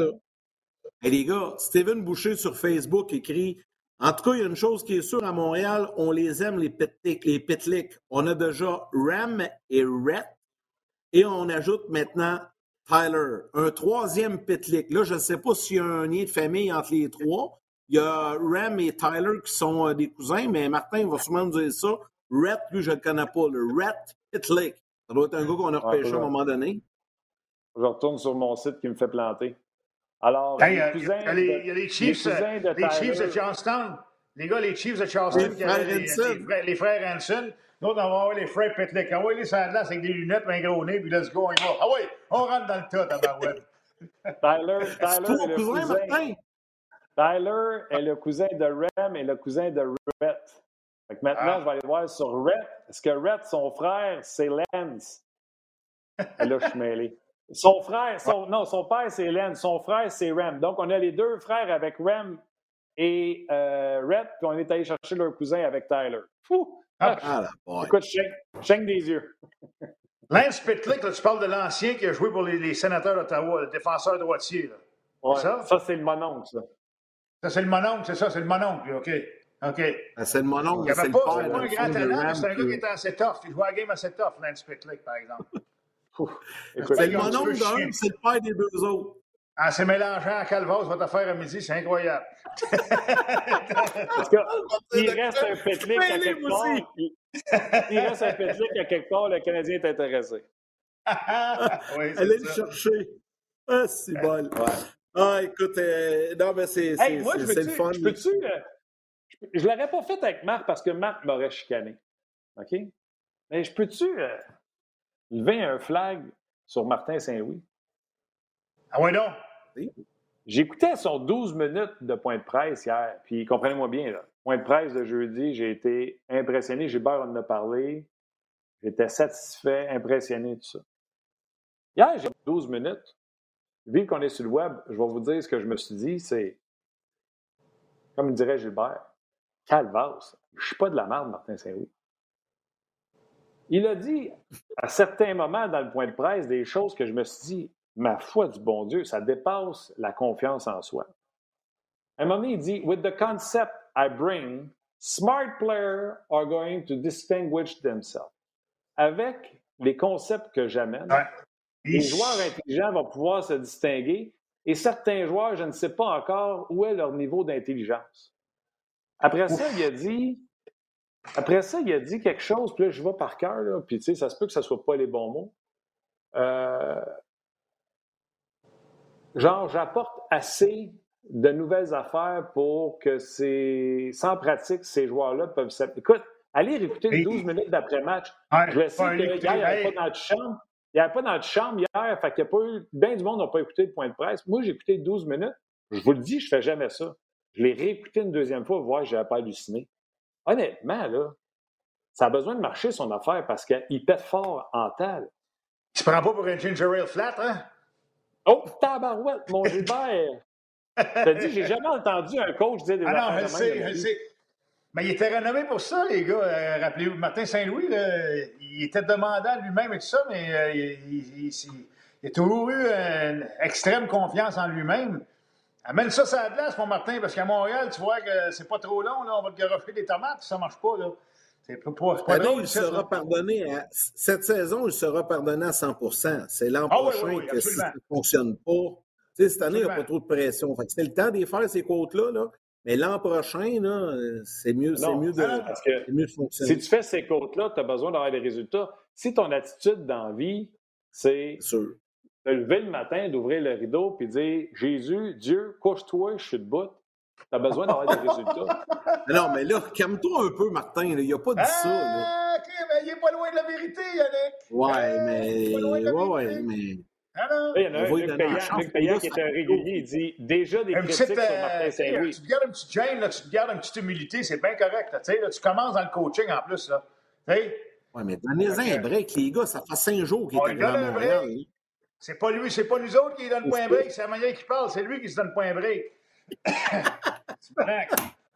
Et les gars, Steven Boucher sur Facebook écrit « En tout cas, il y a une chose qui est sûre à Montréal, on les aime, les Petlik. On a déjà Ram et Rhett et on ajoute maintenant Tyler. Un 3e Petlik. Là, je ne sais pas s'il y a un lien de famille entre les trois. Il y a Ram et Tyler qui sont des cousins, mais Martin va sûrement nous dire ça. Rhett, lui, je ne le connais pas. Le Rhett Petlik. Ça doit être un gars qu'on a repêché à un moment donné. Je retourne sur mon site qui me fait planter. Alors, il y a les Chiefs de Charlestown. Les gars, les Chiefs de Charlestown, les frères Hanson. Nous, on va avoir les frères Petlik. Ah oui, les sandals avec des lunettes, un gros nez, puis let's go, on y va. Ah oui, on rentre dans le tas, tabarouette. Tyler est le cousin de Ram et le cousin de Rhett. Fait que maintenant, je vais aller voir sur Rhett. Est-ce que Rhett, son frère, c'est Lance? Et là, je suis mêlé. Son père, c'est Len. Son frère, c'est Ram. Donc, on a les 2 frères avec Ram et Rhett, puis on est allé chercher leur cousin avec Tyler. Fou! Écoute, je saigne des yeux. Lance Petlik, là, tu parles de l'ancien qui a joué pour les sénateurs d'Ottawa, le défenseur droitier. Là. Ouais, ça, c'est le mononcle, ça. Ça, c'est le mononcle, c'est ça, c'est le mononcle, OK. C'est le mononcle, c'est le père. C'est pas un grand talent, mais c'est un gars qui était assez tough. Il jouait à la game assez tough, Lance Petlik, par exemple. C'est le mononcle d'un, c'est le père des 2 autres. En se mélangeant à Calvas, votre affaire à midi, c'est incroyable. Parce qu'il reste un Petlik à quelque part. Il reste un Petlik à quelque part, le Canadien est intéressé. Allez le chercher. Ah, c'est bon. Ah, écoute, non, mais c'est le fun. Je l'aurais pas fait avec Marc parce que Marc m'aurait chicané. OK? Mais je peux-tu lever un flag sur Martin Saint-Louis? Ah ouais, non? J'écoutais son 12 minutes de point de presse hier, puis comprenez-moi bien, là, point de presse de jeudi, j'ai été impressionné. Gilbert en a parlé. J'étais satisfait, impressionné, tout ça. Hier, j'ai 12 minutes. Vu qu'on est sur le web, je vais vous dire ce que je me suis dit, c'est, comme dirait Gilbert, calvasse, je suis pas de la merde, Martin Saint-Louis. Il a dit, à certains moments dans le point de presse, des choses que je me suis dit, ma foi du bon Dieu, ça dépasse la confiance en soi. À un moment donné, il dit, with the concept I bring, smart players are going to distinguish themselves. Avec les concepts que j'amène, les joueurs intelligents vont pouvoir se distinguer et certains joueurs, je ne sais pas encore où est leur niveau d'intelligence. Après ça, il a dit quelque chose, puis là, je vais par cœur, là, puis tu sais, ça se peut que ça ne soit pas les bons mots. Genre, j'apporte assez de nouvelles affaires pour que sans pratique, ces joueurs-là peuvent s'appeler. Écoute, allez réécouter les 12 minutes d'après-match. Je le sais qu'il n'y avait pas dans notre chambre. Il n'y avait pas dans notre chambre hier, fait qu'il n'y a pas eu. Bien du monde n'a pas écouté le point de presse. Moi, j'ai écouté 12 minutes. Je vous le dis, je ne fais jamais ça. Je l'ai réécouté une deuxième fois pour voir si je n'avais pas halluciné. Honnêtement, là, ça a besoin de marcher son affaire parce qu'il pète fort en tal. Tu ne prends pas pour un ginger ale flat, hein? Oh, tabarouette, mon Gilbert! T'as dit, j'ai jamais entendu un coach dire des affaires je sais. Mais il était renommé pour ça, les gars. Rappelez-vous, Martin Saint-Louis, là, il était demandant lui-même et tout ça, mais il a toujours eu une extrême confiance en lui-même. Amène ça sur la glace, mon Martin, parce qu'à Montréal, tu vois que c'est pas trop long, là, on va te garocher des tomates, ça marche pas, là. C'est pas Non, drôle, il sera pardonné cette saison, il sera pardonné à 100%. C'est l'an prochain que si ça ne fonctionne pas. Tu sais, cette année, il n'y a pas trop de pression. Fait que c'était le temps de faire ces côtes-là, là. Mais l'an prochain, là, c'est mieux de fonctionner. Si tu fais ces côtes-là, tu as besoin d'avoir des résultats. Si ton attitude dans la vie, c'est de te lever le matin, d'ouvrir le rideau et dire « Jésus, Dieu, couche-toi, je suis debout », tu as besoin d'avoir des résultats. Non, mais là, calme-toi un peu, Martin. Il n'a pas dit ça. Là. OK, mais il n'est pas loin de la vérité, Yannick. Ouais, mais... Ah non. Il y en a un, Luc Payant, qui est un régulier, il dit déjà des critiques sur Martin Saint-Louis. Tu te gardes une petite gêne, là, tu te gardes une petite humilité, c'est bien correct. Là, tu commences dans le coaching en plus. Là. Oui, mais donnez-en un break, les gars. Ça fait 5 jours qu'il est arrivé à Montréal. C'est pas lui, c'est pas nous autres qui donnent point break, c'est la manière qu'il parle, c'est lui qui se donne point break. C'est correct.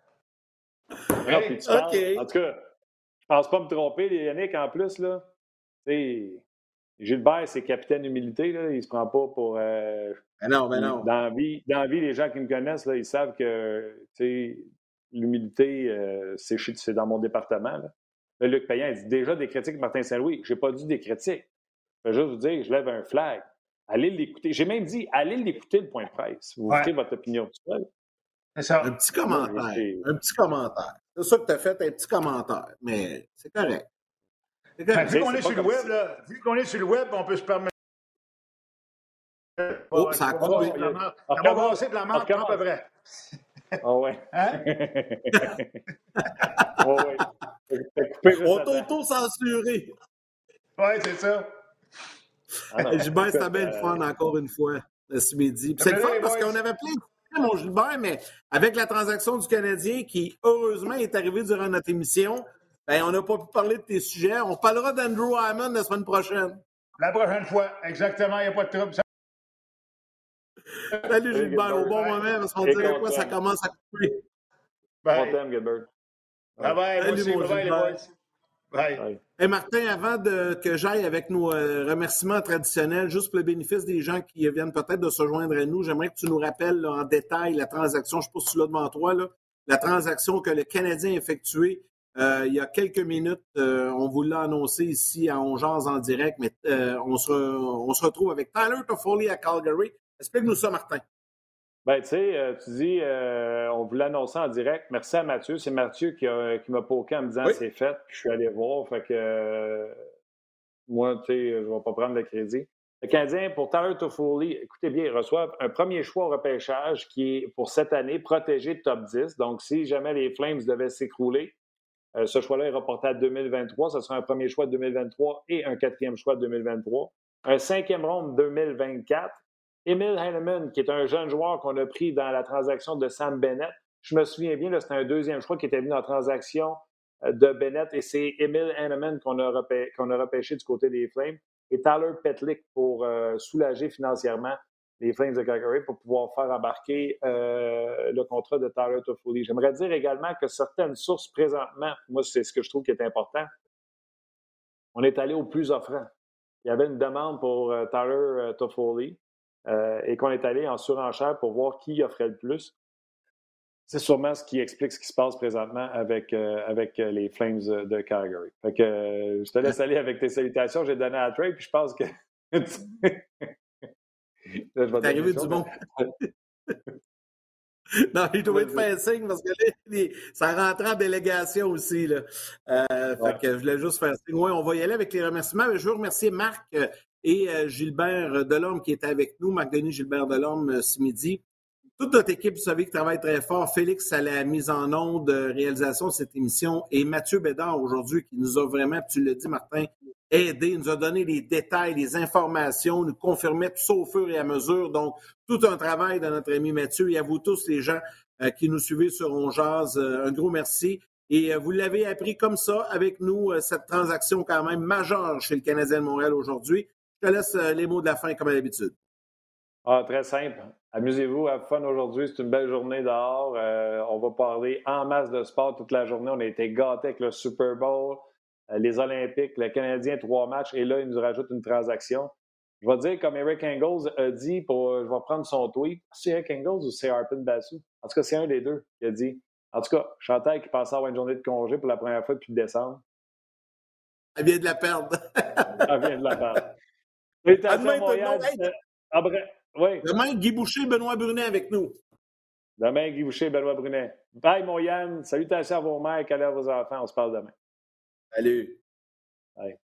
Okay. En tout cas, je pense pas me tromper, Yannick, en plus, là. Gilbert, c'est capitaine humilité, là. Il se prend pas pour. Non. Dans la vie, les gens qui me connaissent, là, ils savent que l'humilité, c'est dans mon département. Là. Là, Luc Payant, il dit déjà des critiques Martin Saint-Louis. J'ai pas dit des critiques. Je vais juste vous dire, je lève un flag. Allez l'écouter. J'ai même dit, allez l'écouter, le point de presse. Vous écoutez votre opinion tout seul. C'est ça. Un petit commentaire. C'est ça que tu as fait, un petit commentaire. Mais c'est correct. Vu qu'on est sur le web, là, vu qu'on est sur le web, on peut se permettre. Ça a coupé. On va brasser de la marque, à peu près. Ah ouais. Hein? Ouais. On t'auto-censuré. Oui, c'est ça. Gilbert, c'était bien le fun encore une fois ce midi. Puis c'est le fun parce qu'on avait plein de questions, mon Gilbert, mais avec la transaction du Canadien qui, heureusement, est arrivée durant notre émission, ben, on n'a pas pu parler de tes sujets. On parlera d'Andrew Hyman la semaine prochaine. La prochaine fois, exactement, il n'y a pas de trouble. Salut Gilbert, au bon moment, parce qu'on dirait quoi, ça commence à couper. Bon thème, Gilbert. Bye-bye, bye les boys. Bye. Hey Martin, avant que j'aille avec nos remerciements traditionnels, juste pour le bénéfice des gens qui viennent peut-être de se joindre à nous, j'aimerais que tu nous rappelles là, en détail la transaction, je ne sais pas si tu l'as devant toi, là, la transaction que le Canadien a effectuée il y a quelques minutes. On vous l'a annoncé ici à On Jase en direct, mais on se retrouve avec Tyler Toffoli à Calgary. Explique-nous ça, Martin. Ben, tu sais, tu dis, on vous l'annonçait en direct. Merci à Mathieu. C'est Mathieu qui m'a poké en me disant c'est fait. Puis je suis allé voir. Fait que moi, tu sais, je ne vais pas prendre le crédit. Le Canadien, pour Tyler Toffoli, écoutez bien, il reçoit un premier choix au repêchage qui est, pour cette année, protégé de top 10. Donc, si jamais les Flames devaient s'écrouler, ce choix-là est reporté à 2023. Ce sera un premier choix de 2023 et un quatrième choix de 2023. Un cinquième ronde 2024. Emil Heinemann, qui est un jeune joueur qu'on a pris dans la transaction de Sam Bennett. Je me souviens bien, c'était un deuxième choix qui était venu dans la transaction de Bennett et c'est Emil Heinemann qu'on a repêché du côté des Flames. Et Tyler Petlick pour soulager financièrement les Flames de Calgary pour pouvoir faire embarquer le contrat de Tyler Toffoli. J'aimerais dire également que certaines sources présentement, moi c'est ce que je trouve qui est important, on est allé au plus offrant. Il y avait une demande pour Tyler Toffoli. Et qu'on est allé en surenchère pour voir qui offrait le plus. C'est sûrement ce qui explique ce qui se passe présentement avec les Flames de Calgary. Fait que je te laisse aller avec tes salutations. J'ai donné à Trey, puis je pense que... T'es arrivé du bon. Non, il doit te faire signe parce que là, ça rentrait en délégation aussi. Là. Fait que je voulais juste faire signe. Oui, on va y aller avec les remerciements. Mais je veux remercier Marc et Gilbert Delorme qui était avec nous, Marc-Denis Gilbert Delorme ce midi. Toute notre équipe, vous savez, qui travaille très fort. Félix à la mise en onde, réalisation de cette émission et Mathieu Bédard aujourd'hui qui nous a vraiment, tu l'as dit Martin, aidé, nous a donné les détails, les informations, nous confirmait tout ça au fur et à mesure. Donc, tout un travail de notre ami Mathieu et à vous tous les gens qui nous suivez sur On Jase, un gros merci. Et vous l'avez appris comme ça avec nous, cette transaction quand même majeure chez le Canadien de Montréal aujourd'hui. Je te laisse les mots de la fin comme à l'habitude. Très simple. Amusez-vous, have fun aujourd'hui. C'est une belle journée dehors. On va parler en masse de sport toute la journée. On a été gâtés avec le Super Bowl, les Olympiques, le Canadien, 3 matchs. Et là, il nous rajoute une transaction. Je vais dire, comme Eric Engels a dit, je vais reprendre son tweet. C'est Eric Engels ou c'est Arpin Basu? En tout cas, c'est un des deux. Il a dit, en tout cas, Chantal qui pensait avoir une journée de congé pour la première fois depuis décembre. Elle vient de la perdre. Elle vient de la perdre. Félicitations, mon Yann. Oui. Demain, Guy Boucher, Benoît Brunet avec nous. Demain, Guy Boucher, Benoît Brunet. Bye, mon Yann. Salutations à vos mères, câlins à vos enfants. On se parle demain. Salut. Bye.